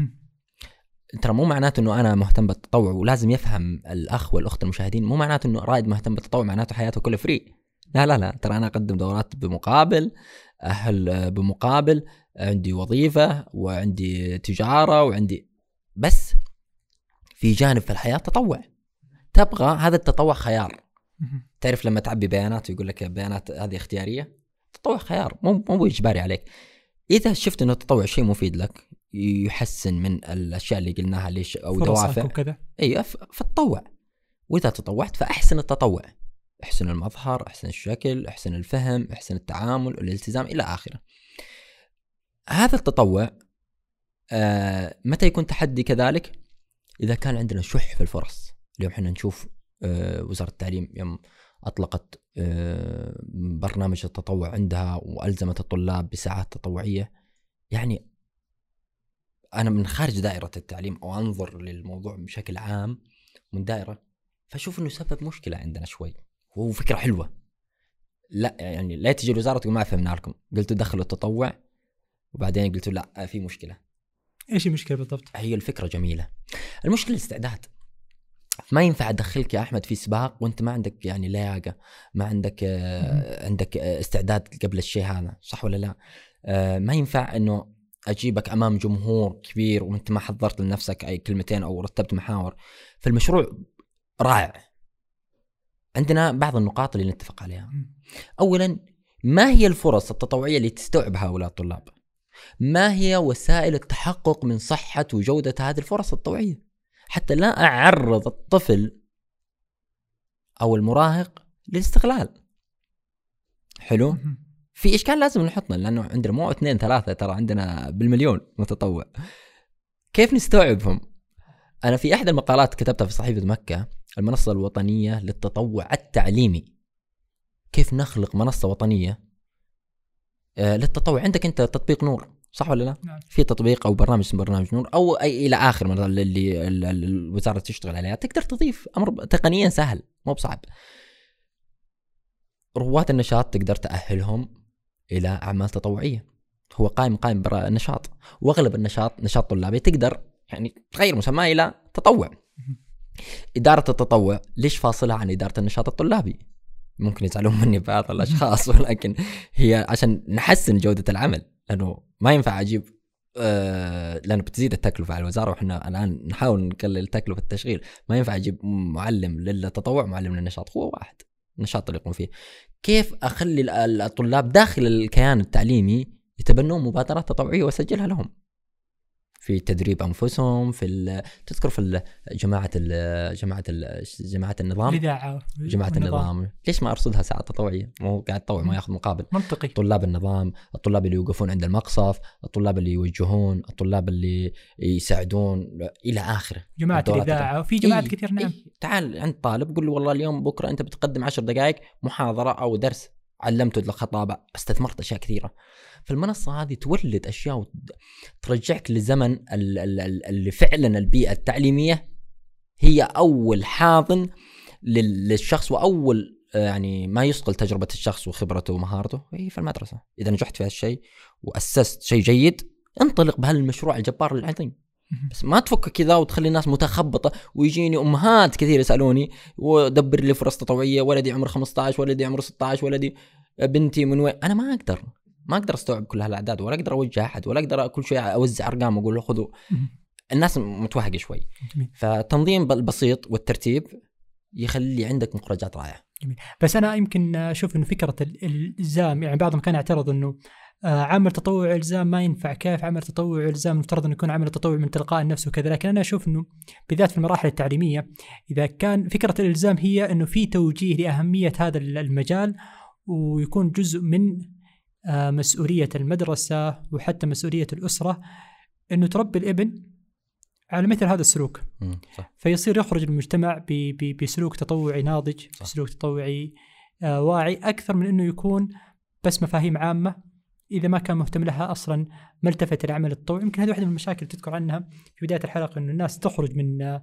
ترى مو معناته انه انا مهتم بالتطوع، ولازم يفهم الاخ والاخت المشاهدين، مو معناته انه رائد مهتم بالتطوع معناته حياته كله فري. لا ترى انا اقدم دورات بمقابل، اهل بمقابل، عندي وظيفة وعندي تجارة وعندي، بس في جانب في الحياة تطوع. تبغى هذا التطوع خيار. تعرف لما تعبي بيانات ويقول لك بيانات هذه اختيارية، التطوع خيار مو إجباري عليك. إذا شفت إنه التطوع شيء مفيد لك يحسن من الأشياء اللي قلناها ليش أو دوافع وكذا، أيوة فتطوع. وإذا تطوعت فأحسن التطوع، أحسن المظهر، أحسن الشكل، أحسن الفهم، أحسن التعامل والالتزام إلى آخره. هذا التطوع متى يكون تحدي كذلك؟ إذا كان عندنا شح في الفرص. اليوم حنا نشوف وزارة التعليم يوم أطلقت برنامج التطوع عندها وألزمت الطلاب بساعات تطوعية. يعني أنا من خارج دائرة التعليم أو أنظر للموضوع بشكل عام من دائرة، فأشوف أنه سبب مشكلة عندنا شوي. وهو فكرة حلوة، لا يعني لا تجي الوزارة تقول ما فهمنا لكم، قلتوا دخلوا التطوع وبعدين قلتوا لا في مشكلة. إيش المشكلة بالضبط؟ هي الفكرة جميلة، المشكلة الاستعداد. ما ينفع أدخلك يا أحمد في سباق وأنت ما عندك يعني لياقة، ما عندك عندك استعداد قبل الشيء هذا، صح ولا لا؟ ما ينفع إنه أجيبك أمام جمهور كبير وأنت ما حضرت لنفسك أي كلمتين أو رتبت محاور. فالمشروع رائع. عندنا بعض النقاط اللي نتفق عليها. أولا، ما هي الفرص التطوعية اللي تستوعب هؤلاء الطلاب؟ ما هي وسائل التحقق من صحة وجودة هذه الفرص التطوعية؟ حتى لا أعرض الطفل أو المراهق للاستغلال. حلو. في إشكال لازم نحطنا، لأنه عندنا مو 2 3 ترى عندنا بالمليون متطوع. كيف نستوعبهم؟ أنا في أحد المقالات كتبتها في صحيفة مكة، المنصة الوطنية للتطوع التعليمي، كيف نخلق منصة وطنية للتطوع. عندك أنت تطبيق نور، صح ولا لا؟ نعم. في تطبيق أو برنامج اسمه برنامج نور أو أي إلى آخر من اللي الوزارة تشتغل عليها، تقدر تضيف أمر تقنيا سهل مو بصعب. رواد النشاط تقدر تأهلهم إلى أعمال تطوعية، هو قائم برا النشاط، وأغلب النشاط نشاط طلابي، تقدر يعني تغير مسماه إلى تطوع. إدارة التطوع ليش فاصلها عن إدارة النشاط الطلابي؟ ممكن يزعلون مني بعض الأشخاص، ولكن هي عشان نحسن جودة العمل، لأنه ما ينفع أجيب لأنه بتزيد التكلفة على الوزارة، وإحنا الآن نحاول نقلل تكلفة التشغيل. ما ينفع أجيب معلم للتطوع معلم للنشاط، هو واحد النشاط اللي يقوم فيه. كيف أخلي الطلاب داخل الكيان التعليمي يتبنون مبادرات تطوعية وأسجلها لهم في تدريب أنفسهم، في تذكر في جماعة النظام، جماعة النظام، ليش ما أرصدها ساعة تطوعية؟ مو قاعد تطوع ما يأخذ مقابل. منطقي. طلاب النظام، الطلاب اللي يوقفون عند المقصف، الطلاب اللي يوجهون، الطلاب اللي يساعدون إلى آخره، جماعة الإذاعة، وفي جماعات كثير. نعم. تعال عند طالب قل له والله اليوم بكرة أنت بتقدم 10 دقائق محاضرة أو درس، علمته الخطابة، استثمرت أشياء كثيرة. فالمنصة هذه تولد أشياء وترجعك لزمن اللي فعلا البيئة التعليمية هي أول حاضن للشخص، وأول يعني ما يصقل تجربة الشخص وخبرته ومهارته هي في المدرسة. إذا نجحت في هالشيء وأسست شيء جيد، انطلق بهالمشروع الجبار العظيم. بس ما تفك كذا وتخلي الناس متخبطة. ويجيني أمهات كثير يسألوني ودبر لي فرص تطوعية، ولدي عمره 15، ولدي عمره 16، ولدي بنتي من وين. أنا ما أقدر استوعب كل هالأعداد، ولا أقدر أوجه أحد، ولا أقدر كل شوي أوزع أرقام وأقول له خذوا. الناس متوهقة شوي. فتنظيم البسيط والترتيب يخلي عندك مخرجات رائعة. جميل. بس أنا يمكن أشوف إنه فكرة الإلزام، يعني بعضهم كان يعترض إنه عمل تطوع إلزام ما ينفع. كيف عمل تطوع إلزام؟ مفترض أن يكون عمل تطوع من تلقاء النفس وكذا. لكن أنا أشوف أنه بالذات في المراحل التعليمية، إذا كان فكرة الإلزام هي أنه في توجيه لأهمية هذا المجال، ويكون جزء من مسؤولية المدرسة وحتى مسؤولية الأسرة أنه تربي الابن على مثل هذا السلوك، صح. فيصير يخرج المجتمع بسلوك تطوعي ناضج، بسلوك تطوعي واعي، أكثر من أنه يكون بس مفاهيم عامة إذا ما كان مهتم لها أصلا ما التفت العمل التطوعي. يمكن هذه واحدة من المشاكل تذكر عنها في بداية الحلقة، أن الناس تخرج من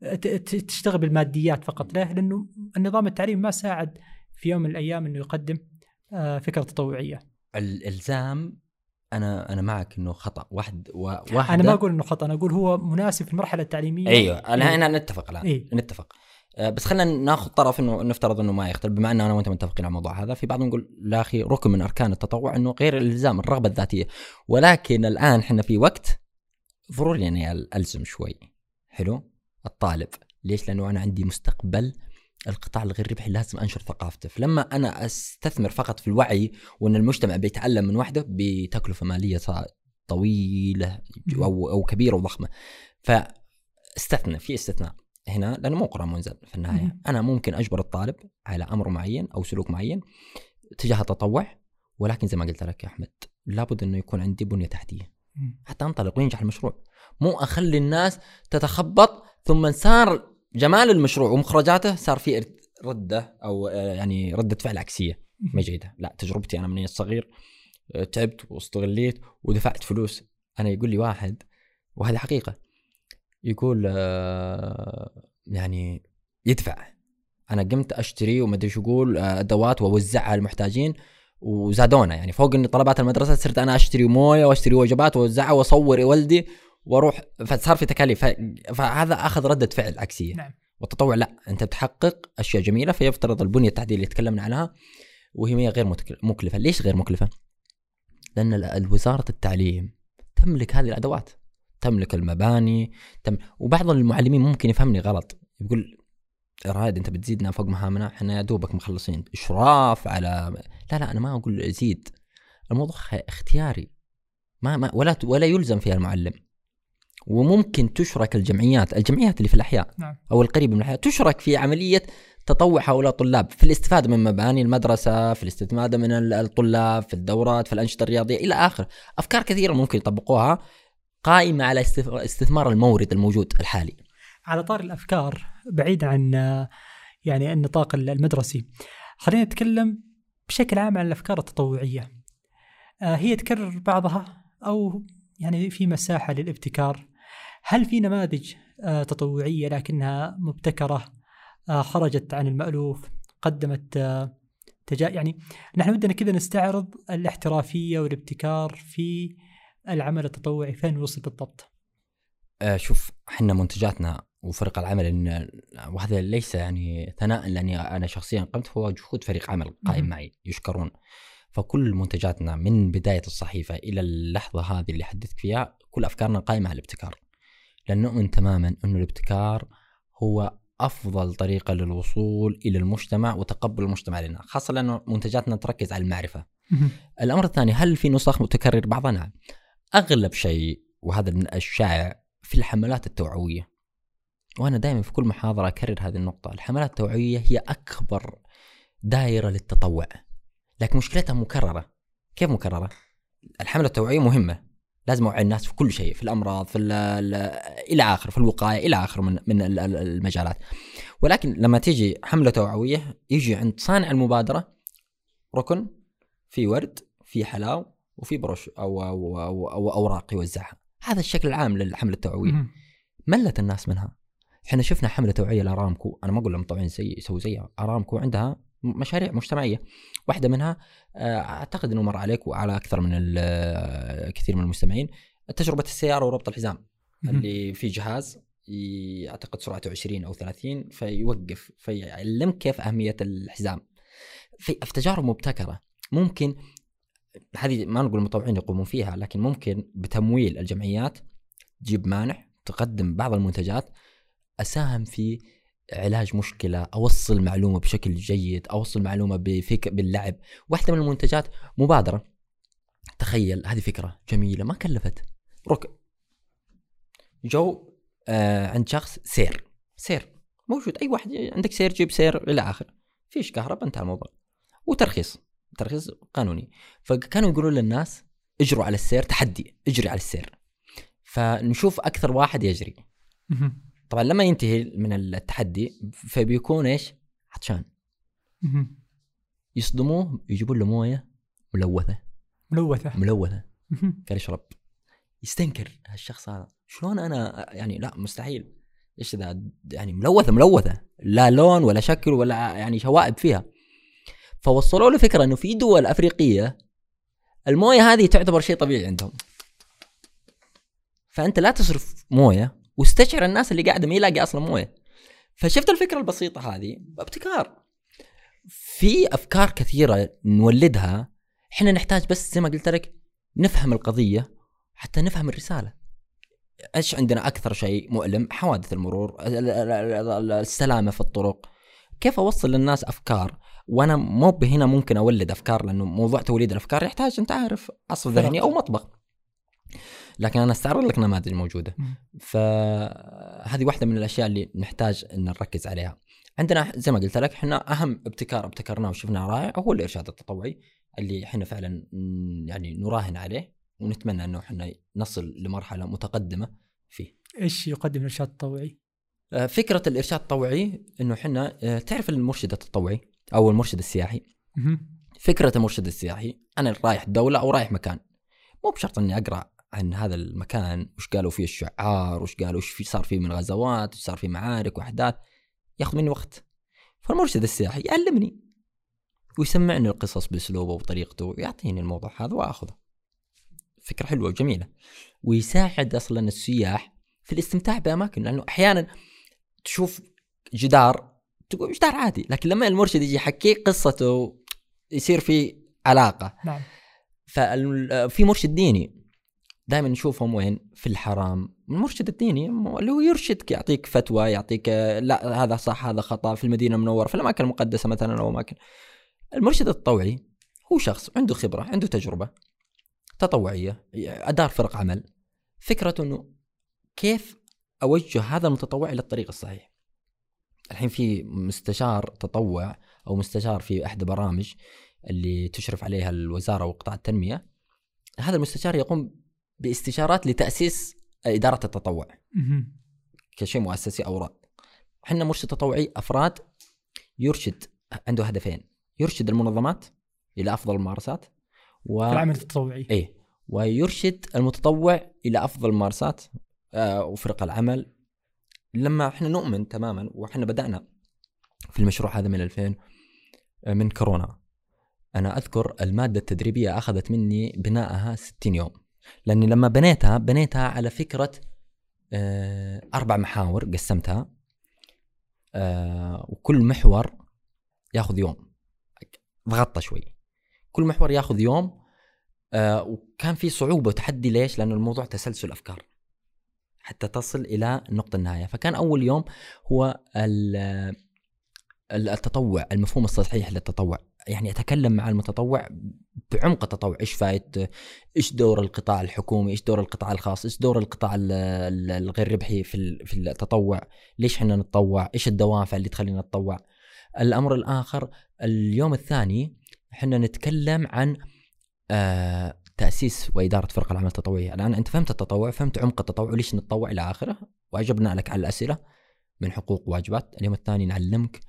تشتغل بالماديات فقط. له لأنه النظام التعليمي ما ساعد في يوم من الأيام أنه يقدم فكرة تطوعية. الإلزام أنا معك إنه خطأ. واحد أنا ما أقول إنه خطأ، أنا أقول هو مناسب في المرحلة التعليمية. أيوة أنا نتفق الآن. نتفق. بس خلينا ناخذ طرف انه نفترض انه ما يختلف، بما ان انا وانت متفقين على الموضوع هذا. في بعض نقول لا اخي، ركن من اركان التطوع انه غير الالزام، الرغبه الذاتيه. ولكن الان احنا في وقت ضروري يعني الزم شوي. حلو الطالب. ليش؟ لانه انا عندي مستقبل القطاع الغير ربحي لازم انشر ثقافته. فلما انا استثمر فقط في الوعي وان المجتمع بيتعلم من وحده بتكلفه ماليه طويله او كبيره وضخمه، فاستثنى في استثناء هنا، لأنه مو قرآن منزل في النهاية. أنا ممكن أجبر الطالب على أمر معين أو سلوك معين تجاه التطوع، ولكن زي ما قلت لك يا أحمد لابد أنه يكون عندي بنية تحتية حتى أنطلق وينجح المشروع. مو أخلي الناس تتخبط ثم صار جمال المشروع ومخرجاته صار في ردة أو يعني ردة فعل عكسية ما جيدة. لا، تجربتي أنا من الصغير تعبت واستغليت ودفعت فلوس. أنا يقول لي واحد، وهذه حقيقة، يقول يعني يدفع. أنا قمت أشتري وما أدري شو يقول أدوات ووزعها للمحتاجين وزادونا، يعني فوق إن طلبات المدرسة صرت أنا أشتري موية وأشتري وجبات ووزعها وأصور والدي وأروح، فصار في تكاليف. فهذا أخذ ردة فعل عكسية. نعم. والتطوع لا، أنت بتحقق أشياء جميلة، فيفترض البنية التحتية اللي تكلمنا عنها وهي غير مكلفة. ليش غير مكلفة؟ لأن وزارة التعليم تملك هذه الأدوات، تملك المباني، وبعض المعلمين ممكن يفهمني غلط، يقول رائد انت بتزيدنا فوق مهامنا، احنا يا دوبك مخلصين اشراف على. لا انا ما اقول زيد، الموضوع اختياري، ما ولا يلزم فيها المعلم، وممكن تشرك الجمعيات اللي في الأحياء نعم. أو القريب من الأحياء تشرك في عملية تطوع هؤلاء الطلاب في الاستفادة من مباني المدرسة، في الاستفادة من الطلاب، في الدورات، في الأنشطة الرياضية إلى آخر. أفكار كثيرة ممكن يطبقوها قائمة على استثمار المورد الموجود الحالي. على طار الأفكار بعيد عن يعني النطاق المدرسي، خلينا نتكلم بشكل عام عن الأفكار التطوعية. هي تكرر بعضها أو يعني في مساحة للابتكار؟ هل في نماذج تطوعية لكنها مبتكرة، خرجت عن المألوف، قدمت يعني نحن ودنا كذا نستعرض الاحترافية والابتكار في العمل التطوعي فين وصل بالضبط؟ شوف، احنا منتجاتنا وفريق العمل، وهذا ليس يعني ثناء لاني انا شخصيا قمت، هو جهود فريق عمل قائم معي يشكرون. فكل منتجاتنا من بداية الصحيفة إلى اللحظة هذه اللي حدثت فيها كل أفكارنا قائمة على الابتكار، لأن نؤمن تماما أنه الابتكار هو أفضل طريقة للوصول إلى المجتمع وتقبل المجتمع لنا، خاصة لأنه منتجاتنا تركز على المعرفة. الأمر الثاني، هل في نسخ متكرر بعضها؟ نعم. أغلب شيء، وهذا من الشائع، في الحملات التوعوية. وأنا دائما في كل محاضرة أكرر هذه النقطة، الحملات التوعوية هي أكبر دائرة للتطوع، لكن مشكلتها مكررة. كيف مكررة؟ الحملة التوعية مهمة، لازم أوعي الناس في كل شيء، في الأمراض، في إلى آخر، في الوقاية إلى آخر من المجالات. ولكن لما تيجي حملة توعوية يجي عند صانع المبادرة ركن في ورد، في حلاو، وفي بروش أو أوراق يوزعها. هذا الشكل العام للحملة التوعوية. ملت الناس منها. احنا شفنا حملة توعية لأرامكو، أنا ما أقول لهم طبعا يسوي زيها، أرامكو عندها مشاريع مجتمعية، واحدة منها أعتقد أنه مر عليك وعلى أكثر من كثير من المستمعين، تجربة السيارة وربط الحزام، اللي في جهاز أعتقد سرعته 20 أو 30 فيوقف، فيعلمك كيف أهمية الحزام. في تجارب مبتكرة ممكن، هذه ما نقول المطوعين يقومون فيها، لكن ممكن بتمويل الجمعيات تجيب مانح، تقدم بعض المنتجات، أساهم في علاج مشكلة، أوصل معلومة بشكل جيد، أوصل معلومة باللعب. واحدة من المنتجات مبادرة، تخيل هذه فكرة جميلة ما كلفت، جو عند شخص سير موجود، أي واحد عندك سير جيب سير إلى آخر، فيش كهرباء، انتهى الموضوع، وترخيص قانوني. فكانوا يقولون للناس اجروا على السير، تحدي اجري على السير، فنشوف أكثر واحد يجري. طبعا لما ينتهي من التحدي فبيكون ايش؟ عطشان، يصدموه، يجيبوا له مويه ملوثه قال يشرب، يستنكر هالشخص هذا، شلون انا يعني لا مستحيل، ايش ذا يعني ملوثه لا لون ولا شكل ولا يعني شوائب فيها. فوصلوا له فكره انه في دول افريقيه المويه هذه تعتبر شيء طبيعي عندهم، فانت لا تصرف مويه واستشعر الناس اللي قاعدة ما يلاقي أصلا موية. فشفت الفكرة البسيطة هذه ابتكار. في أفكار كثيرة نولدها، إحنا نحتاج بس زي ما قلت لك نفهم القضية حتى نفهم الرسالة. إيش عندنا أكثر شيء مؤلم؟ حوادث المرور، السلامة في الطرق. كيف أوصل للناس أفكار وأنا مو هنا ممكن أولد أفكار، لأنه موضوع توليد الأفكار يحتاج أنت عارف عصف ذهني أو مطبخ، لكن أنا استعرض لك نماذج موجودة. فهذه واحدة من الأشياء اللي نحتاج أن نركز عليها. عندنا زي ما قلت لك إحنا أهم ابتكار ابتكرناه وشفناه رائع هو الإرشاد التطوعي، اللي إحنا فعلا يعني نراهن عليه ونتمنى أنه إحنا نصل لمرحلة متقدمة فيه. إيش يقدم الإرشاد التطوعي؟ فكرة الإرشاد التطوعي إنه إحنا تعرف المرشد التطوعي أو المرشد السياحي. فكرة المرشد السياحي، أنا رايح دولة أو رايح مكان، مو بشرط إني أقرأ عن هذا المكان وش قالوا فيه الشعار، وش قالوا وش صار فيه من غزوات، وش صار فيه معارك وأحداث، ياخذ مني وقت. فالمرشد السياحي يعلمني ويسمعني القصص بأسلوبه وطريقته ويعطيني الموضوع هذا وأخذه. فكرة حلوة وجميلة، ويساعد أصلا السياح في الاستمتاع بأماكن، لأنه أحيانا تشوف جدار تقول جدار عادي، لكن لما المرشد يجي يحكي قصته يصير في علاقة. نعم. ففي مرشد ديني دائما نشوفهم وين؟ في الحرام. المرشد الديني اللي هو يرشدك، يعطيك فتوى، يعطيك لا هذا صح هذا خطأ في المدينة المنورة في الأماكن المقدسة مثلا أو أماكن. المرشد التطوعي هو شخص عنده خبرة، عنده تجربة تطوعية، أدار فرق عمل. فكرة أنه كيف أوجه هذا المتطوع إلى الطريق الصحيح. الحين في مستشار تطوع أو مستشار في أحد برامج اللي تشرف عليها الوزارة وقطاع التنمية، هذا المستشار يقوم باستشارات لتأسيس إدارة التطوع كشيء مؤسسي أو رأي. حنا مرشد تطوعي أفراد يرشد، عنده هدفين: يرشد المنظمات إلى أفضل الممارسات في العمل التطوعي، ويرشد المتطوع إلى أفضل الممارسات وفرق العمل. لما احنا نؤمن تماما، وحنا بدأنا في المشروع هذا من 2000 من كورونا، أنا أذكر المادة التدريبية أخذت مني بناءها 60 يوم، لأني لما بنيتها على فكرة 4 محاور قسمتها، وكل محور ياخذ يوم، ضغطت شوي، كل محور ياخذ يوم. وكان في صعوبة وتحدي. ليش؟ لأنه الموضوع تسلسل أفكار حتى تصل إلى نقطة النهاية. فكان أول يوم هو التطوع، المفهوم الصحيح للتطوع، يعني أتكلم مع المتطوع بعمق التطوع. إيش فائدته؟ إيش دور القطاع الحكومي؟ إيش دور القطاع الخاص؟ إيش دور القطاع الغير ربحي في التطوع؟ ليش حنا نتطوع؟ إيش الدوافع اللي تخلينا نتطوع؟ الأمر الآخر، اليوم الثاني حنا نتكلم عن تأسيس وإدارة فرق العمل التطوعية. الآن أنت فهمت التطوع، فهمت عمق التطوع وليش نتطوع إلى آخره، وأجبنا لك على الأسئلة من حقوق وواجبات. اليوم الثاني نعلمك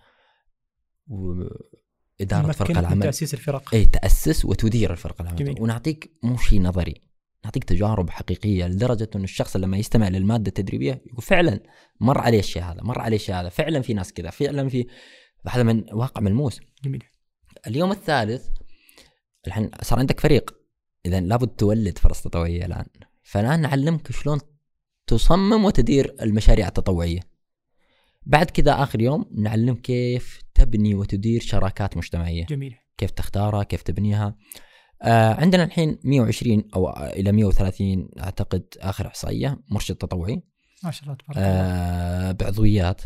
إدارة فرق العمل، تأسيس الفرق، تأسس وتدير الفرق العمل. جميل. ونعطيك مو شيء نظري، نعطيك تجارب حقيقية، لدرجة أن الشخص لما يستمع للمادة التدريبية يقول فعلا مر عليه الشيء هذا، مر عليه الشيء هذا، فعلا في ناس كذا، فعلا في هذا من واقع ملموس. جميل. اليوم الثالث الحين صار عندك فريق، إذن لابد تولد فرص تطوعية الآن. فالآن نعلمك شلون تصمم وتدير المشاريع التطوعية. بعد كذا آخر يوم نعلمك كيف تبني وتدير شراكات مجتمعية. جميل. كيف تختارها، كيف تبنيها. عندنا الحين 120 أو إلى 130 أعتقد آخر إحصائية مرشد تطوعي، ما شاء الله تبارك الله، بعضويات.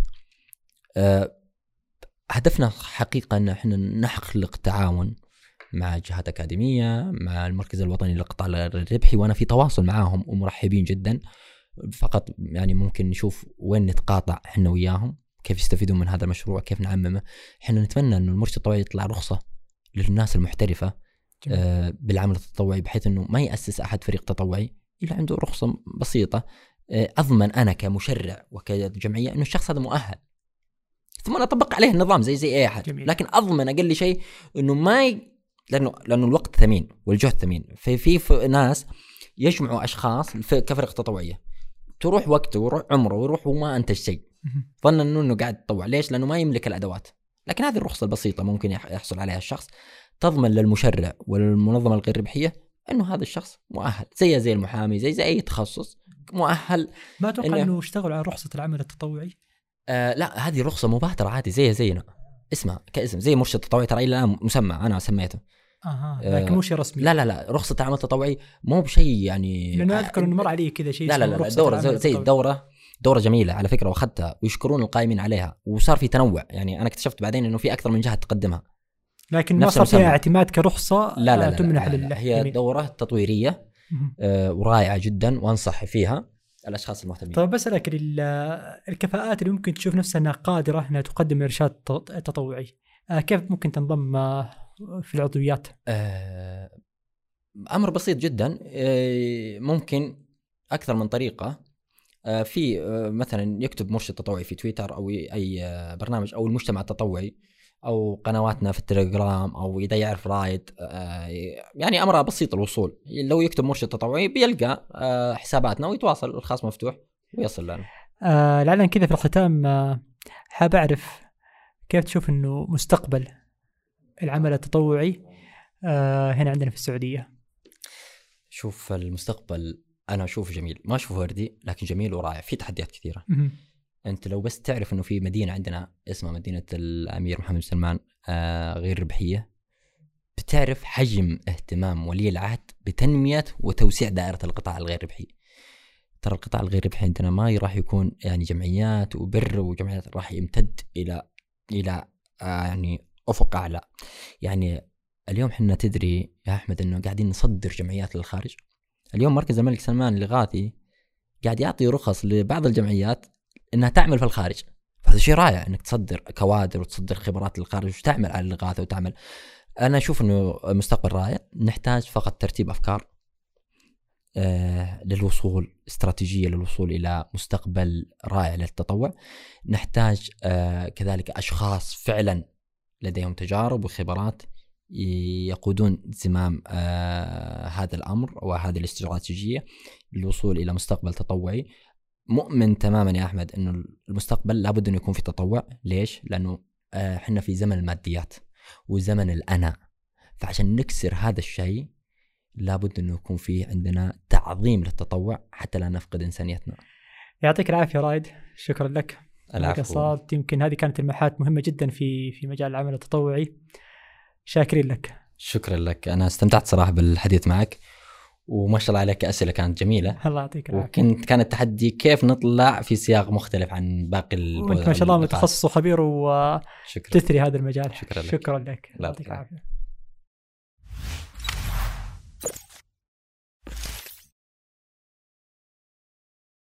هدفنا حقيقة أن احنا نخلق تعاون مع جهات أكاديمية، مع المركز الوطني للقطاع الربحي، وأنا في تواصل معهم ومرحبين جدا. فقط يعني ممكن نشوف وين نتقاطع احنا وياهم، كيف يستفيدون من هذا المشروع، كيف نعممه. احنا نتمنى أنه المرشد التطوعي يطلع رخصة للناس المحترفة بالعمل التطوعي، بحيث أنه ما يأسس أحد فريق تطوعي إلا عنده رخصة بسيطة أضمن أنا كمشرع وكجمعية أنه الشخص هذا مؤهل، ثم أطبق عليه النظام زي أي أحد. لكن أضمن أقل شيء أنه لأنه الوقت ثمين والجهد ثمين. في ناس يجمعوا أشخاص كفرق تطوعية، تروح وقته ويروح عمره ويروح وما أنتج شيء، ظن أنه قاعد يتطوع. ليش؟ لأنه ما يملك الأدوات. لكن هذه الرخصة البسيطة ممكن يحصل عليها الشخص، تضمن للمشرع والمنظمة الغير ربحية أنه هذا الشخص مؤهل، زي المحامي، زي أي تخصص مؤهل. ما أتوقع أنه اشتغل على رخصة العمل التطوعي. لا، هذه رخصة مباشرة عادي زينا، اسمها كاسم زي مرشد تطوعي، ترى إلى الآن مسمى أنا سميته. لكن مو شيء رسمي. لا، رخصة العمل التطوعي مو بشيء يعني. لأنه أذكر إنه مر عليه كذا شيء. لا، دورة جميلة على فكرة، وأخذتها ويشكرون القائمين عليها، وصار في تنوع. يعني أنا اكتشفت بعدين إنه في أكثر من جهة تقدمها، لكن ما صار فيها اعتماد كرخصة. لا، هي دورة تطويرية ورائعة جدا، وأنصح فيها الأشخاص المهتمين. طيب بسألك الكفاءات اللي ممكن تشوف نفسها أنها قادرة أنها تقدم إرشاد تطوعي، كيف ممكن تنضم في العضويات؟ أمر بسيط جدا، ممكن أكثر من طريقة. في مثلا يكتب مرشد تطوعي في تويتر أو أي برنامج، أو المجتمع التطوعي، أو قنواتنا في التليجرام، أو إذا يعرف رايد. يعني أمرها بسيط الوصول، لو يكتب مرشد تطوعي بيلقى حساباتنا ويتواصل، الخاص مفتوح ويصل لنا. لعلنا كذا في الختام حاب أعرف كيف تشوف أنه مستقبل العمل التطوعي هنا عندنا في السعودية؟ شوف المستقبل أنا أشوف جميل، ما أشوفه وردي، لكن جميل ورائع. في تحديات كثيرة. أنت لو بس تعرف أنه في مدينة عندنا اسمها مدينة الأمير محمد بن سلمان غير ربحية، بتعرف حجم اهتمام ولي العهد بتنمية وتوسيع دائرة القطاع الغير ربحي. ترى القطاع الغير ربحي عندنا ما راح يكون يعني جمعيات وبر وجمعيات، راح يمتد إلى يعني أفق أعلى. يعني اليوم حنا تدري يا أحمد أنه قاعدين نصدر جمعيات للخارج. اليوم مركز الملك سلمان الإغاثي قاعد يعطي رخص لبعض الجمعيات انها تعمل في الخارج. هذا شيء رائع انك تصدر كوادر وتصدر خبرات للخارج وتعمل على الإغاثة وتعمل. انا اشوف انه مستقبل رائع. نحتاج فقط ترتيب افكار للوصول، استراتيجية للوصول إلى مستقبل رائع للتطوع. نحتاج كذلك أشخاص فعلا لديهم تجارب وخبرات يقودون زمام هذا الأمر وهذه الاستراتيجية للوصول إلى مستقبل تطوعي. مؤمن تماما يا أحمد أنه المستقبل لابد أن يكون في تطوع. ليش؟ لأنه حنا في زمن الماديات وزمن الأنا، فعشان نكسر هذا الشيء لابد أنه يكون فيه عندنا تعظيم للتطوع حتى لا نفقد إنسانيتنا. يعطيك العافية رائد، شكرا لك. العفو. يمكن هذه كانت المحات مهمة جدا في مجال العمل التطوعي. شاكرين لك. شكرا لك، أنا استمتعت صراحة بالحديث معك، وما شاء الله عليك أسئلة كانت جميلة. الله يعطيك العافية. كان التحدي كيف نطلع في سياق مختلف عن باقي وانت ما شاء الله متخصص وخبير وتثري هذا المجال. شكرا لك. شكرا لك. الله يعطيك العافية.